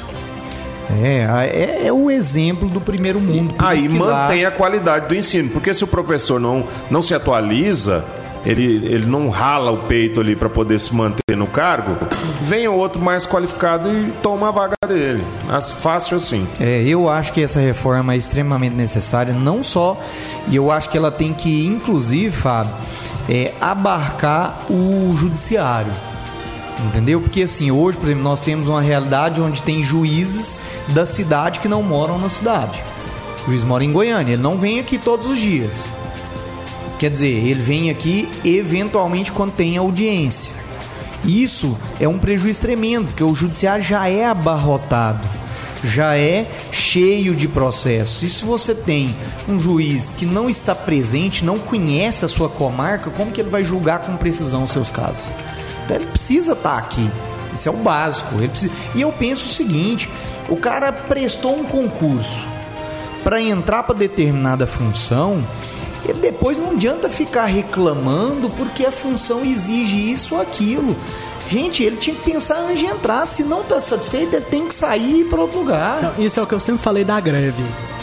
É, é, é o exemplo do primeiro mundo. Aí mantém a qualidade do ensino, porque se o professor não, não se atualiza, ele, ele não rala o peito ali para poder se manter no cargo, vem o outro mais qualificado e toma a vaga dele. Fácil assim. É, eu acho que essa reforma é extremamente necessária, não só, e eu acho que ela tem que, inclusive, Fábio, é, abarcar o judiciário. Entendeu? Porque assim, hoje, por exemplo, nós temos uma realidade onde tem juízes da cidade que não moram na cidade. O juiz mora em Goiânia, ele não vem aqui todos os dias. Quer dizer, ele vem aqui eventualmente quando tem audiência. Isso é um prejuízo tremendo, porque o judiciário já é abarrotado, já é cheio de processos. E se você tem um juiz que não está presente, não conhece a sua comarca, como que ele vai julgar com precisão os seus casos? Então ele precisa estar aqui. Isso é o básico. Ele precisa... E eu penso o seguinte, o cara prestou um concurso para entrar para determinada função, ele depois não adianta ficar reclamando porque a função exige isso ou aquilo. Gente, ele tinha que pensar antes de entrar. Se não está satisfeito, ele tem que sair e ir para outro lugar. Não, isso é o que eu sempre falei da greve.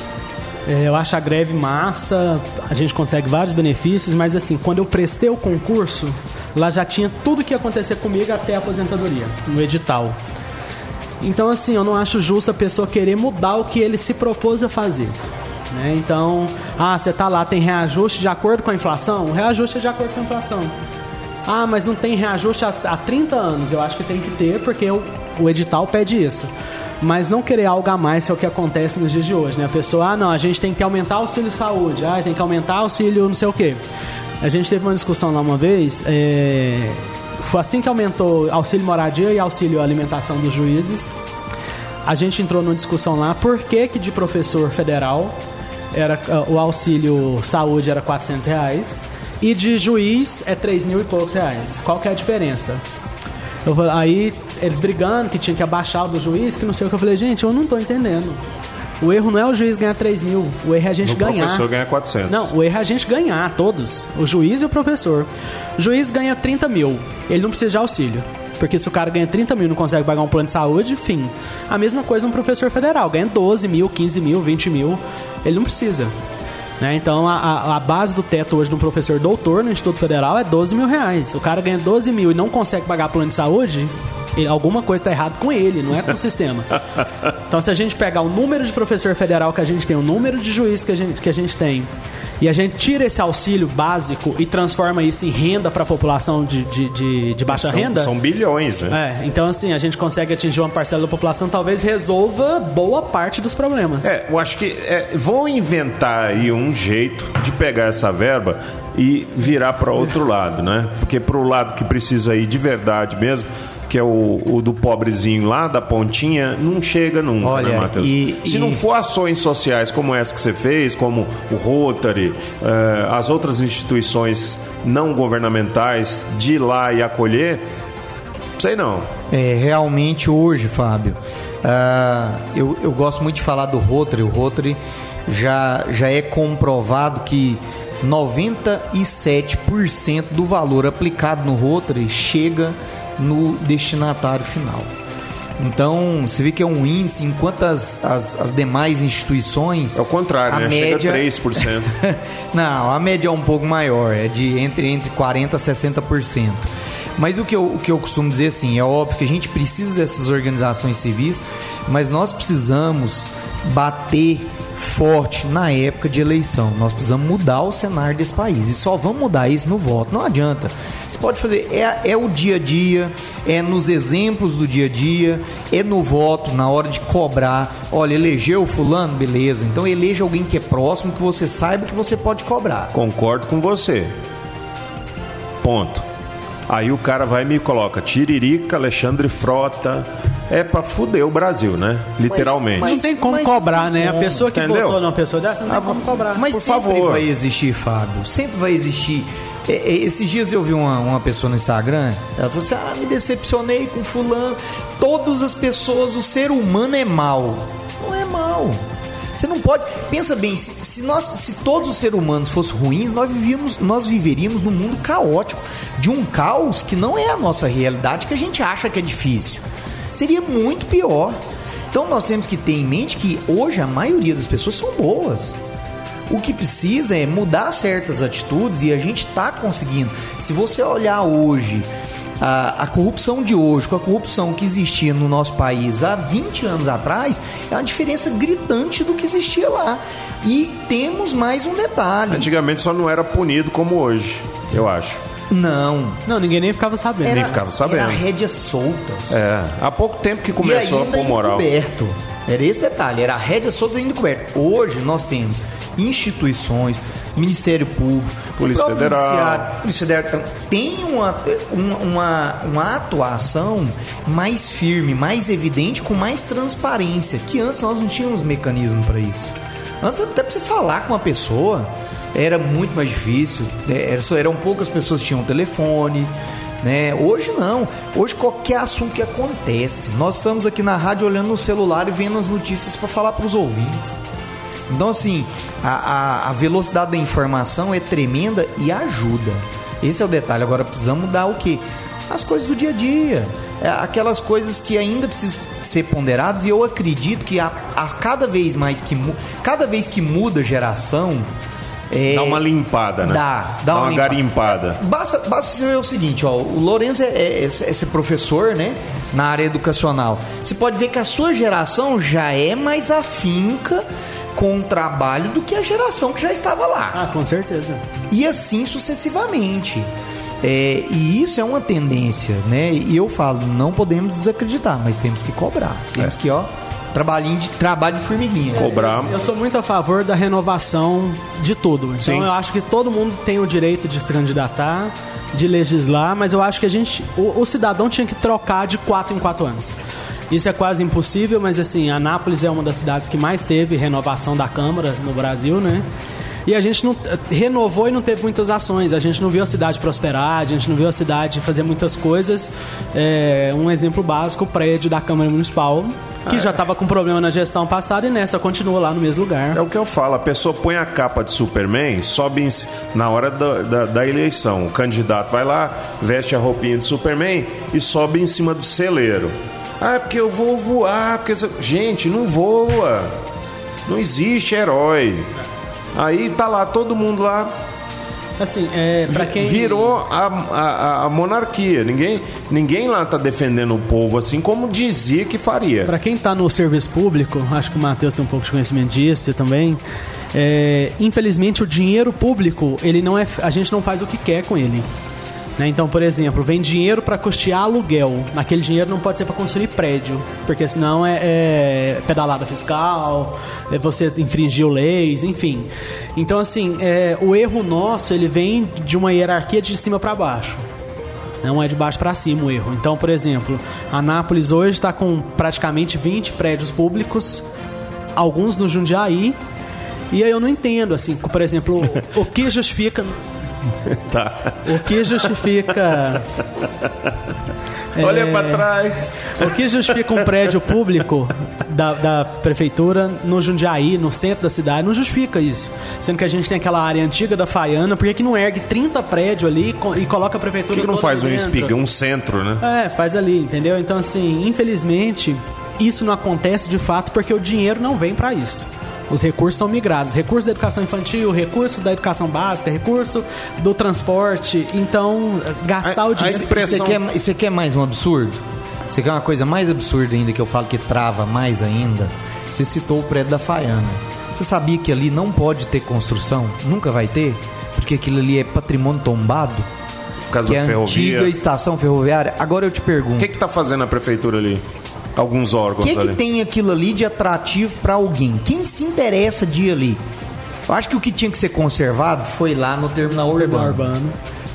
É, eu acho a greve massa, a gente consegue vários benefícios, mas assim, quando eu prestei o concurso, lá já tinha tudo que ia acontecer comigo até a aposentadoria, no edital. Então, assim, eu não acho justo a pessoa querer mudar o que ele se propôs a fazer. Né? Então, ah, você tá lá, tem reajuste de acordo com a inflação? O reajuste é de acordo com a inflação. Ah, mas não tem reajuste há, há trinta anos. Eu acho que tem que ter, porque o, o edital pede isso. Mas não querer algo a mais, que é o que acontece nos dias de hoje, né? A pessoa, ah, não, a gente tem que aumentar o auxílio saúde, ah, tem que aumentar o auxílio não sei o quê. A gente teve uma discussão lá uma vez, é... foi assim que aumentou auxílio moradia e auxílio alimentação dos juízes. A gente entrou numa discussão lá, por que que de professor federal era, o auxílio saúde era quatrocentos reais e de juiz é três mil e poucos reais. Qual que é a diferença? Eu, aí eles brigando que tinha que abaixar o do juiz, que não sei o que. Eu falei, gente, eu não estou entendendo. O erro não é o juiz ganhar três mil, o erro é a gente o ganhar. O professor ganha quatrocentos. Não, o erro é a gente ganhar, todos. O juiz e o professor. O juiz ganha trinta mil, ele não precisa de auxílio. Porque se o cara ganha trinta mil e não consegue pagar um plano de saúde, fim. A mesma coisa um professor federal, ganha doze mil, quinze mil, vinte mil, ele não precisa. Né? Então a, a base do teto hoje de um professor doutor no Instituto Federal é doze mil reais. O cara ganha doze mil e não consegue pagar plano de saúde, ele, alguma coisa está errada com ele, não é com o sistema. Então se a gente pegar o número de professor federal que a gente tem, o número de juiz que a gente, que a gente tem, e a gente tira esse auxílio básico e transforma isso em renda para a população de, de, de, de baixa são, renda... São bilhões, né? É, então assim, a gente consegue atingir uma parcela da população, talvez resolva boa parte dos problemas. É, eu acho que é, vão inventar aí um jeito de pegar essa verba e virar para outro lado, né? Porque para o lado que precisa ir de verdade mesmo, que é o, o do pobrezinho lá da pontinha, não chega nunca. Olha, né, Matheus? E, Se e... não for ações sociais como essa que você fez, como o Rotary, uh, as outras instituições não governamentais de ir lá e acolher, sei não. É, realmente hoje, Fábio, uh, eu, eu gosto muito de falar do Rotary. O Rotary já, já é comprovado que noventa e sete por cento do valor aplicado no Rotary chega no destinatário final. Então, você vê que é um índice, enquanto as, as, as demais instituições... É o contrário, a né? média... Chega a três por cento. Não, a média é um pouco maior, é de entre, entre quarenta por cento a sessenta por cento. Mas o que, eu, o que eu costumo dizer assim, é óbvio que a gente precisa dessas organizações civis, mas nós precisamos bater forte na época de eleição. Nós precisamos mudar o cenário desse país, e só vamos mudar isso no voto, não adianta. Você pode fazer, é, é o dia a dia, é nos exemplos do dia a dia, é no voto, na hora de cobrar. Olha, elegeu o fulano, beleza, então eleja alguém que é próximo, que você saiba que você pode cobrar. Concordo com você. Ponto. Aí o cara vai e me coloca Tiririca, Alexandre Frota. É pra fuder o Brasil, né? Literalmente. Mas, mas, não tem como cobrar, né? A pessoa que Entendeu? votou numa pessoa dessa não tem Ah, como cobrar. Mas por sempre favor. vai existir, Fábio. Sempre vai existir. É, é, esses dias eu vi uma, uma pessoa no Instagram. Ela falou assim: ah, me decepcionei com fulano. Todas as pessoas, o ser humano é mau. Não é mau. Você não pode... Pensa bem, se, se, nós, se todos os seres humanos fossem ruins, nós, vivíamos, nós viveríamos num mundo caótico. De um caos que não é a nossa realidade, que a gente acha que é difícil. Seria muito pior. Então nós temos que ter em mente que hoje a maioria das pessoas são boas. O que precisa é mudar certas atitudes, e a gente está conseguindo. Se você olhar hoje a, a corrupção de hoje com a corrupção que existia no nosso país há vinte anos atrás, é uma diferença gritante do que existia lá. E temos mais um detalhe. Antigamente só não era punido como hoje, eu acho. Não. Não, ninguém nem ficava sabendo. Era, nem ficava sabendo. Era rédeas soltas. É, há pouco tempo que começou a pôr moral. Encoberto. Era esse detalhe, era rédeas soltas ainda encoberto. Hoje nós temos instituições, Ministério Público, Polícia Federal. Polícia Federal tem uma, uma, uma, uma atuação mais firme, mais evidente, com mais transparência, que antes nós não tínhamos mecanismo para isso. Antes, até para você falar com uma pessoa, era muito mais difícil. Era, eram poucas pessoas que tinham telefone. né? Hoje não. Hoje qualquer assunto que acontece, nós estamos aqui na rádio olhando no celular e vendo as notícias para falar para os ouvintes. Então, assim, a, a, a velocidade da informação é tremenda e ajuda. Esse é o detalhe. Agora, precisamos mudar o quê? As coisas do dia a dia. É, aquelas coisas que ainda precisam ser ponderadas, e eu acredito que a, a cada vez mais que cada vez que muda a geração, é, dá uma limpada, né? Dá, dá, dá uma, uma limpada. garimpada. Basta, basta ser o seguinte, ó, o Lourenço é, é, é ser professor, né, na área educacional. Você pode ver que a sua geração já é mais afinca com o trabalho do que a geração que já estava lá. Ah, com certeza. E assim sucessivamente. É, e isso é uma tendência, né? E eu falo, não podemos desacreditar, mas temos que cobrar. Temos é. que, ó, trabalhinho de, trabalho de formiguinha. Cobrar. Eu, eu sou muito a favor da renovação de tudo. Então Sim. eu acho que todo mundo tem o direito de se candidatar, de legislar, mas eu acho que a gente, o, o cidadão tinha que trocar de quatro em quatro anos. Isso é quase impossível, mas assim, Anápolis é uma das cidades que mais teve renovação da Câmara no Brasil, né? E a gente não renovou e não teve muitas ações. A gente não viu a cidade prosperar, a gente não viu a cidade fazer muitas coisas. É, um exemplo básico, o prédio da Câmara Municipal, que ah, já estava com problema na gestão passada, e nessa continua lá no mesmo lugar. É o que eu falo, a pessoa põe a capa de Superman, sobe em, na hora da, da, da eleição. O candidato vai lá, veste a roupinha de Superman e sobe em cima do celeiro. Ah, porque eu vou voar, porque... Gente, não voa. Não existe herói. Aí tá lá, todo mundo lá. Assim, é, pra quem... Virou a, a, a monarquia. Ninguém, ninguém lá tá defendendo o povo assim como dizia que faria. Pra quem tá no serviço público, acho que o Matheus tem um pouco de conhecimento disso também. É, infelizmente, o dinheiro público, ele não é, a gente não faz o que quer com ele. Né? Então, por exemplo, vem dinheiro para custear aluguel. Aquele dinheiro não pode ser para construir prédio, porque senão é, é pedalada fiscal, é você infringiu leis, enfim. Então, assim, é, o erro nosso, ele vem de uma hierarquia de cima para baixo. Não é de baixo para cima o erro. Então, por exemplo, Anápolis hoje está com praticamente vinte prédios públicos, alguns no Jundiaí, e aí eu não entendo, assim, por exemplo, o, o que justifica... Tá. O que justifica... Olha é, para trás. O que justifica um prédio público da, da prefeitura no Jundiaí, no centro da cidade? Não justifica isso. Sendo que a gente tem aquela área antiga da Faiana, por que que não ergue trinta prédios ali e coloca a prefeitura... Por que, que não faz um espigão, um centro, né? É, faz ali, entendeu? Então, assim, infelizmente, isso não acontece de fato porque o dinheiro não vem para isso. Os recursos são migrados. Recurso da educação infantil, recurso da educação básica, recurso do transporte. Então, gastar a, o dinheiro... Expressão... Isso, aqui é, isso aqui é mais um absurdo? Isso aqui é uma coisa mais absurda ainda, que eu falo que trava mais ainda. Você citou o prédio da Faiana. Você sabia que ali não pode ter construção? Nunca vai ter? Porque aquilo ali é patrimônio tombado? Por causa que da é a ferrovia. Antiga estação ferroviária. Agora eu te pergunto... O que está fazendo a prefeitura ali? Alguns órgãos ali. O que, ali. que tem aquilo ali de atrativo para alguém? Quem se interessa de ir ali? Eu acho que o que tinha que ser conservado foi lá no terminal urbano. urbano.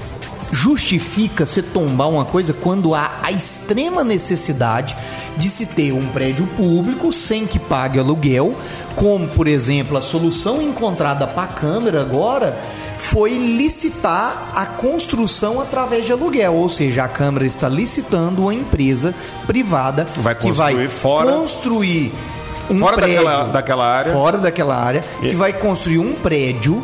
Justifica se tombar uma coisa quando há a extrema necessidade de se ter um prédio público sem que pague aluguel, como, por exemplo, a solução encontrada para a Câmara agora foi licitar a construção através de aluguel, ou seja, a Câmara está licitando uma empresa privada vai que vai fora, construir um fora prédio daquela, daquela área, fora daquela área, e... que vai construir um prédio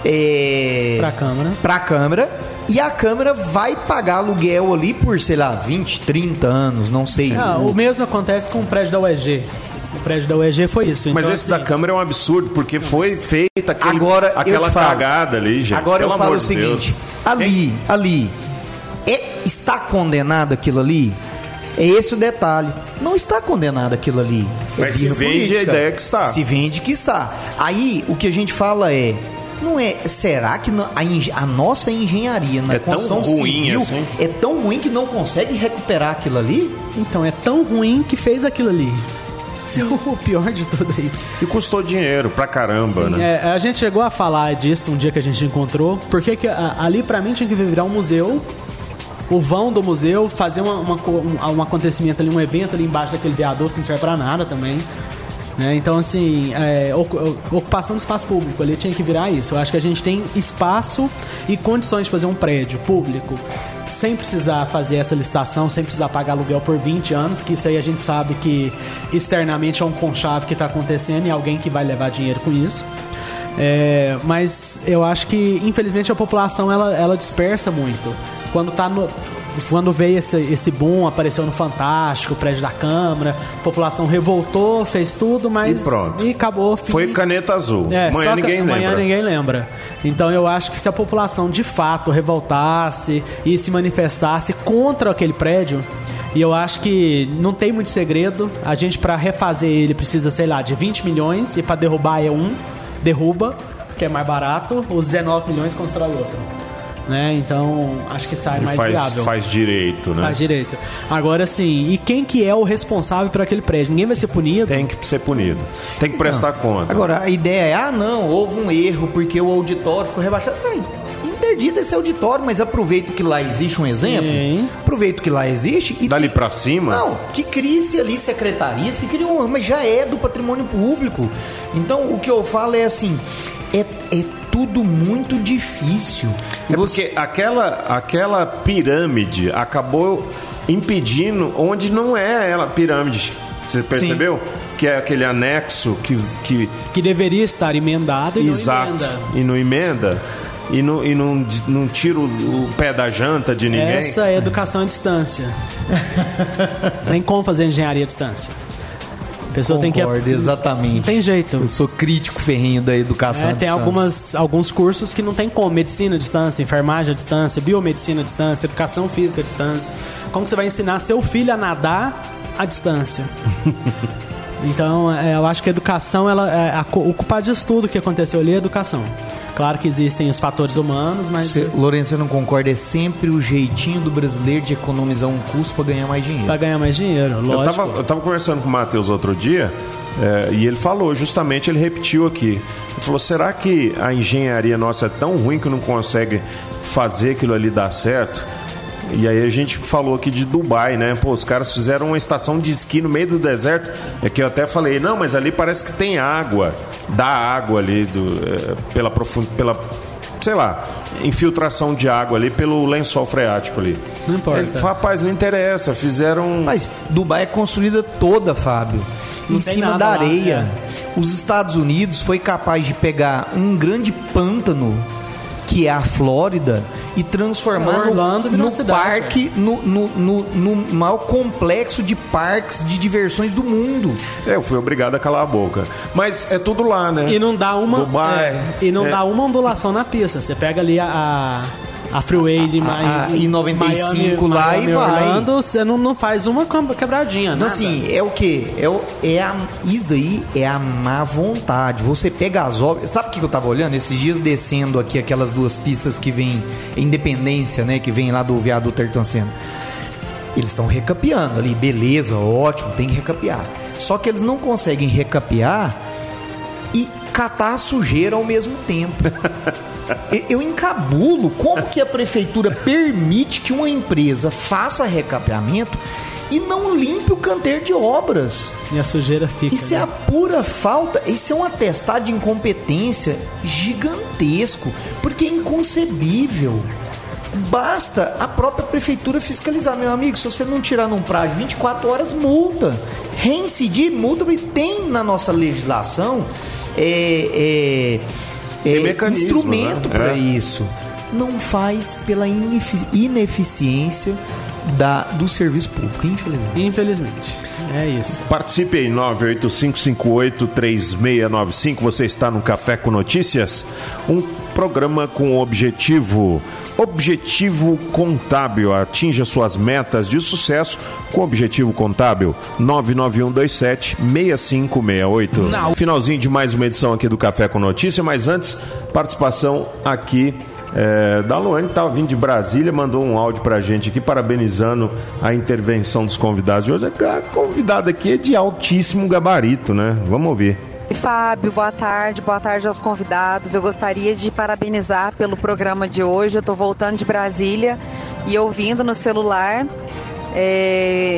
é, para a Câmara, para a Câmara, e a Câmara vai pagar aluguel ali por, sei lá, vinte, trinta anos, não sei. Ah, o mesmo acontece com o prédio da U E G. O prédio da U E G foi isso. Mas então, esse assim, da Câmara é um absurdo, porque foi feita aquele, agora, aquela falo, cagada ali, gente. Agora Pelo eu falo amor o seguinte, Deus. ali, é... ali, é, está condenado aquilo ali? É esse o detalhe. Não está condenado aquilo ali. É Mas se vende política. A ideia que está. Se vende que está. Aí, o que a gente fala é... Não é, será que a, a nossa engenharia na é construção tão ruim civil assim? É tão ruim que não consegue recuperar aquilo ali? Então, é tão ruim que fez aquilo ali. O pior de tudo é isso. E custou dinheiro pra caramba, Sim, né? É, a gente chegou a falar disso um dia que a gente encontrou, porque que, a, ali pra mim tinha que virar um museu, o vão do museu, fazer uma, uma, um, um acontecimento ali, um evento ali embaixo daquele viaduto que não serve pra nada também. Né? Então, assim, é, ocupação do espaço público ali tinha que virar isso. Eu acho que a gente tem espaço e condições de fazer um prédio público sem precisar fazer essa licitação, sem precisar pagar aluguel por vinte anos, que isso aí a gente sabe que externamente é um conchave que está acontecendo e alguém que vai levar dinheiro com isso. É, mas eu acho que, infelizmente, a população ela, ela dispersa muito. Quando tá no... Quando veio esse, esse boom, apareceu no Fantástico, o prédio da Câmara, a população revoltou, fez tudo, mas... E pronto. E acabou. Fim. Foi caneta azul. É, amanhã ninguém lembra. Amanhã ninguém lembra. Então eu acho que se a população de fato revoltasse e se manifestasse contra aquele prédio, e eu acho que não tem muito segredo, a gente para refazer ele precisa, sei lá, de vinte milhões, e para derrubar é um, derruba, que é mais barato, os dezenove milhões constrói outro. Né? Então, acho que sai mais faz, viável. Faz direito, né? Faz direito. Agora, sim, e quem que é o responsável por aquele prédio? Ninguém vai ser punido? Tem que ser punido. Tem que prestar não. conta. Agora, a ideia é, ah, não, houve um erro porque o auditório ficou rebaixado. Não, interdita esse auditório, mas aproveito que lá existe um exemplo. Sim. Aproveito que lá existe. E dali tem... pra cima? Não, que crie-se ali secretarias, que criam um... Mas já é do patrimônio público. Então, o que eu falo é assim, é... é tudo muito difícil. É porque aquela, aquela pirâmide acabou impedindo onde não é ela pirâmide. Você percebeu? Sim. Que é aquele anexo que... Que, que deveria estar emendado e Exato. não emenda. E não emenda. E não, e não, não tira o, o pé da janta de ninguém. Essa é educação à distância. Tem como fazer engenharia à distância. A pessoa Concordo, tem que... exatamente. Não tem jeito. Eu sou crítico ferrenho da educação é, à tem distância. algumas, alguns cursos que não tem como. Medicina à distância, enfermagem à distância, biomedicina à distância, educação física à distância. Como que você vai ensinar seu filho a nadar à distância? Então, é, eu acho que a educação, ela, é, a, o culpado disso tudo que aconteceu ali é a educação. Claro que existem os fatores humanos, mas... Cê, Lourenço, você não concorda? É sempre o jeitinho do brasileiro de economizar um custo para ganhar mais dinheiro. Para ganhar mais dinheiro, lógico. Eu tava, eu tava conversando com o Matheus outro dia, é, e ele falou, justamente, ele repetiu aqui. Ele falou, será que a engenharia nossa é tão ruim que não consegue fazer aquilo ali dar certo? E aí a gente falou aqui de Dubai, né? Pô, os caras fizeram uma estação de esqui no meio do deserto. É que eu até falei, não, mas ali parece que tem água. Dá água ali do, é, pela profundidade, pela, sei lá, infiltração de água ali pelo lençol freático ali. Não importa. Ele, rapaz, não interessa, fizeram... Mas Dubai é construída toda, Fábio, não em cima da areia. Lá, é. Os Estados Unidos foi capaz de pegar um grande pântano, que é a Flórida, e transformar Orlando no, no cidade, parque, é. no, no, no, no maior complexo de parques de diversões do mundo. É, eu fui obrigado a calar a boca. Mas é tudo lá, né? E não dá uma, Dubai, é, e não é. dá uma ondulação na pista. Você pega ali a, a, a freeway de a, a, I noventa e cinco Miami, lá Miami, e vai. Orlando, você não, não faz uma quebradinha, Então, nada. assim, é o quê? É, o, é a, isso daí é a má vontade. Você pega as obras... Sabe o que eu tava olhando? Esses dias descendo aqui aquelas duas pistas que vem... Independência, né? Que vem lá do viaduto Ayrton Senna. Eles estão recapeando ali. Beleza, ótimo, tem que recapear. Só que eles não conseguem recapear e catar a sujeira ao mesmo tempo. Eu encabulo como que a prefeitura permite que uma empresa faça recapeamento e não limpe o canteiro de obras. E a sujeira fica. Isso né? é a pura falta. Isso é um atestado de incompetência gigantesco, porque é inconcebível. Basta a própria prefeitura fiscalizar, meu amigo. Se você não tirar num prazo de vinte e quatro horas, multa. Reincidir, multa. E tem na nossa legislação é, é, é, instrumento, né? Para é. isso. Não faz pela inefici- ineficiência Da, do serviço público, infelizmente. Infelizmente, é isso. Participe aí, nove oito cinco cinco oito três seis nove cinco. Você está no Café com Notícias, um programa com objetivo Objetivo Contábil. Atinja suas metas de sucesso com Objetivo Contábil. Nove nove um dois sete seis cinco seis oito. Não. Finalzinho de mais uma edição aqui do Café com Notícia, mas antes, participação aqui É, da Luane, que estava vindo de Brasília, mandou um áudio pra gente aqui, parabenizando a intervenção dos convidados de hoje. A convidada aqui é de altíssimo gabarito, né? Vamos ouvir. Fábio, boa tarde, boa tarde aos convidados. Eu gostaria de parabenizar pelo programa de hoje. Eu estou voltando de Brasília e ouvindo no celular. É...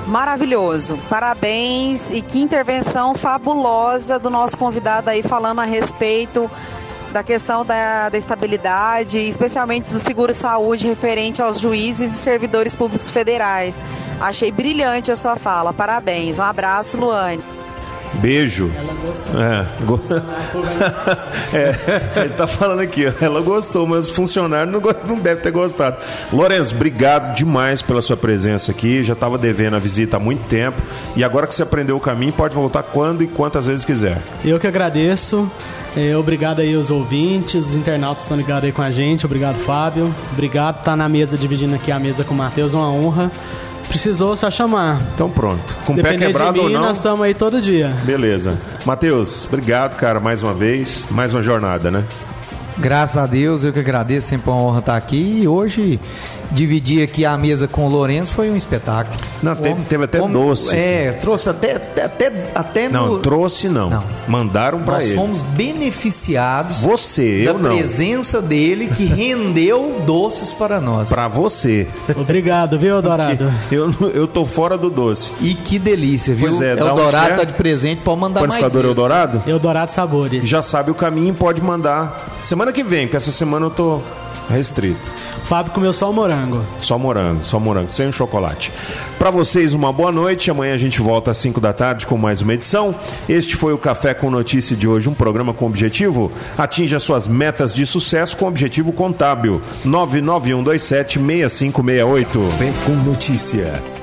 maravilhoso. Parabéns e que intervenção fabulosa do nosso convidado aí falando a respeito da questão da, da estabilidade, especialmente do seguro-saúde referente aos juízes e servidores públicos federais. Achei brilhante a sua fala. Parabéns. Um abraço, Luane. Beijo. Ela gostou. É, é, ele tá falando aqui, ela gostou, mas o funcionário não, não deve ter gostado. Lourenço, obrigado demais pela sua presença aqui. Já estava devendo a visita há muito tempo. E agora que você aprendeu o caminho, pode voltar quando e quantas vezes quiser. Eu que agradeço. É, obrigado aí aos ouvintes, os internautas estão ligados aí com a gente. Obrigado, Fábio. Obrigado por estar na mesa, dividindo aqui a mesa com o Matheus. Uma honra. Precisou só chamar. Então pronto. Com o pé Depender quebrado de mim, ou não? nós estamos aí todo dia. Beleza. Matheus, obrigado, cara, mais uma vez. Mais uma jornada, né? Graças a Deus, eu que agradeço, sempre uma honra estar aqui. E hoje, dividir aqui a mesa com o Lourenço foi um espetáculo. Não, teve, teve até Homem, doce. É, trouxe até, até, até Não, no... trouxe não. não. Mandaram pra Nós ele. Nós fomos beneficiados você, da eu não. presença dele, que rendeu doces para nós. Pra você. Obrigado, viu, Eldorado? eu, eu tô fora do doce. E que delícia, viu? Pois é, Eldorado é? Tá de presente, pode mandar mais vezes. Panificador Eldorado? Eldorado Sabores. Já sabe o caminho, pode mandar semana que vem, porque essa semana eu tô restrito. Fábio comeu só o morango. Só morango, só morango, sem o chocolate. Para vocês, uma boa noite. Amanhã a gente volta às cinco da tarde com mais uma edição. Este foi o Café com Notícia de hoje, um programa com objetivo. Atinja suas metas de sucesso com objetivo contábil. nove nove um dois sete seis cinco seis oito. Café com Notícia.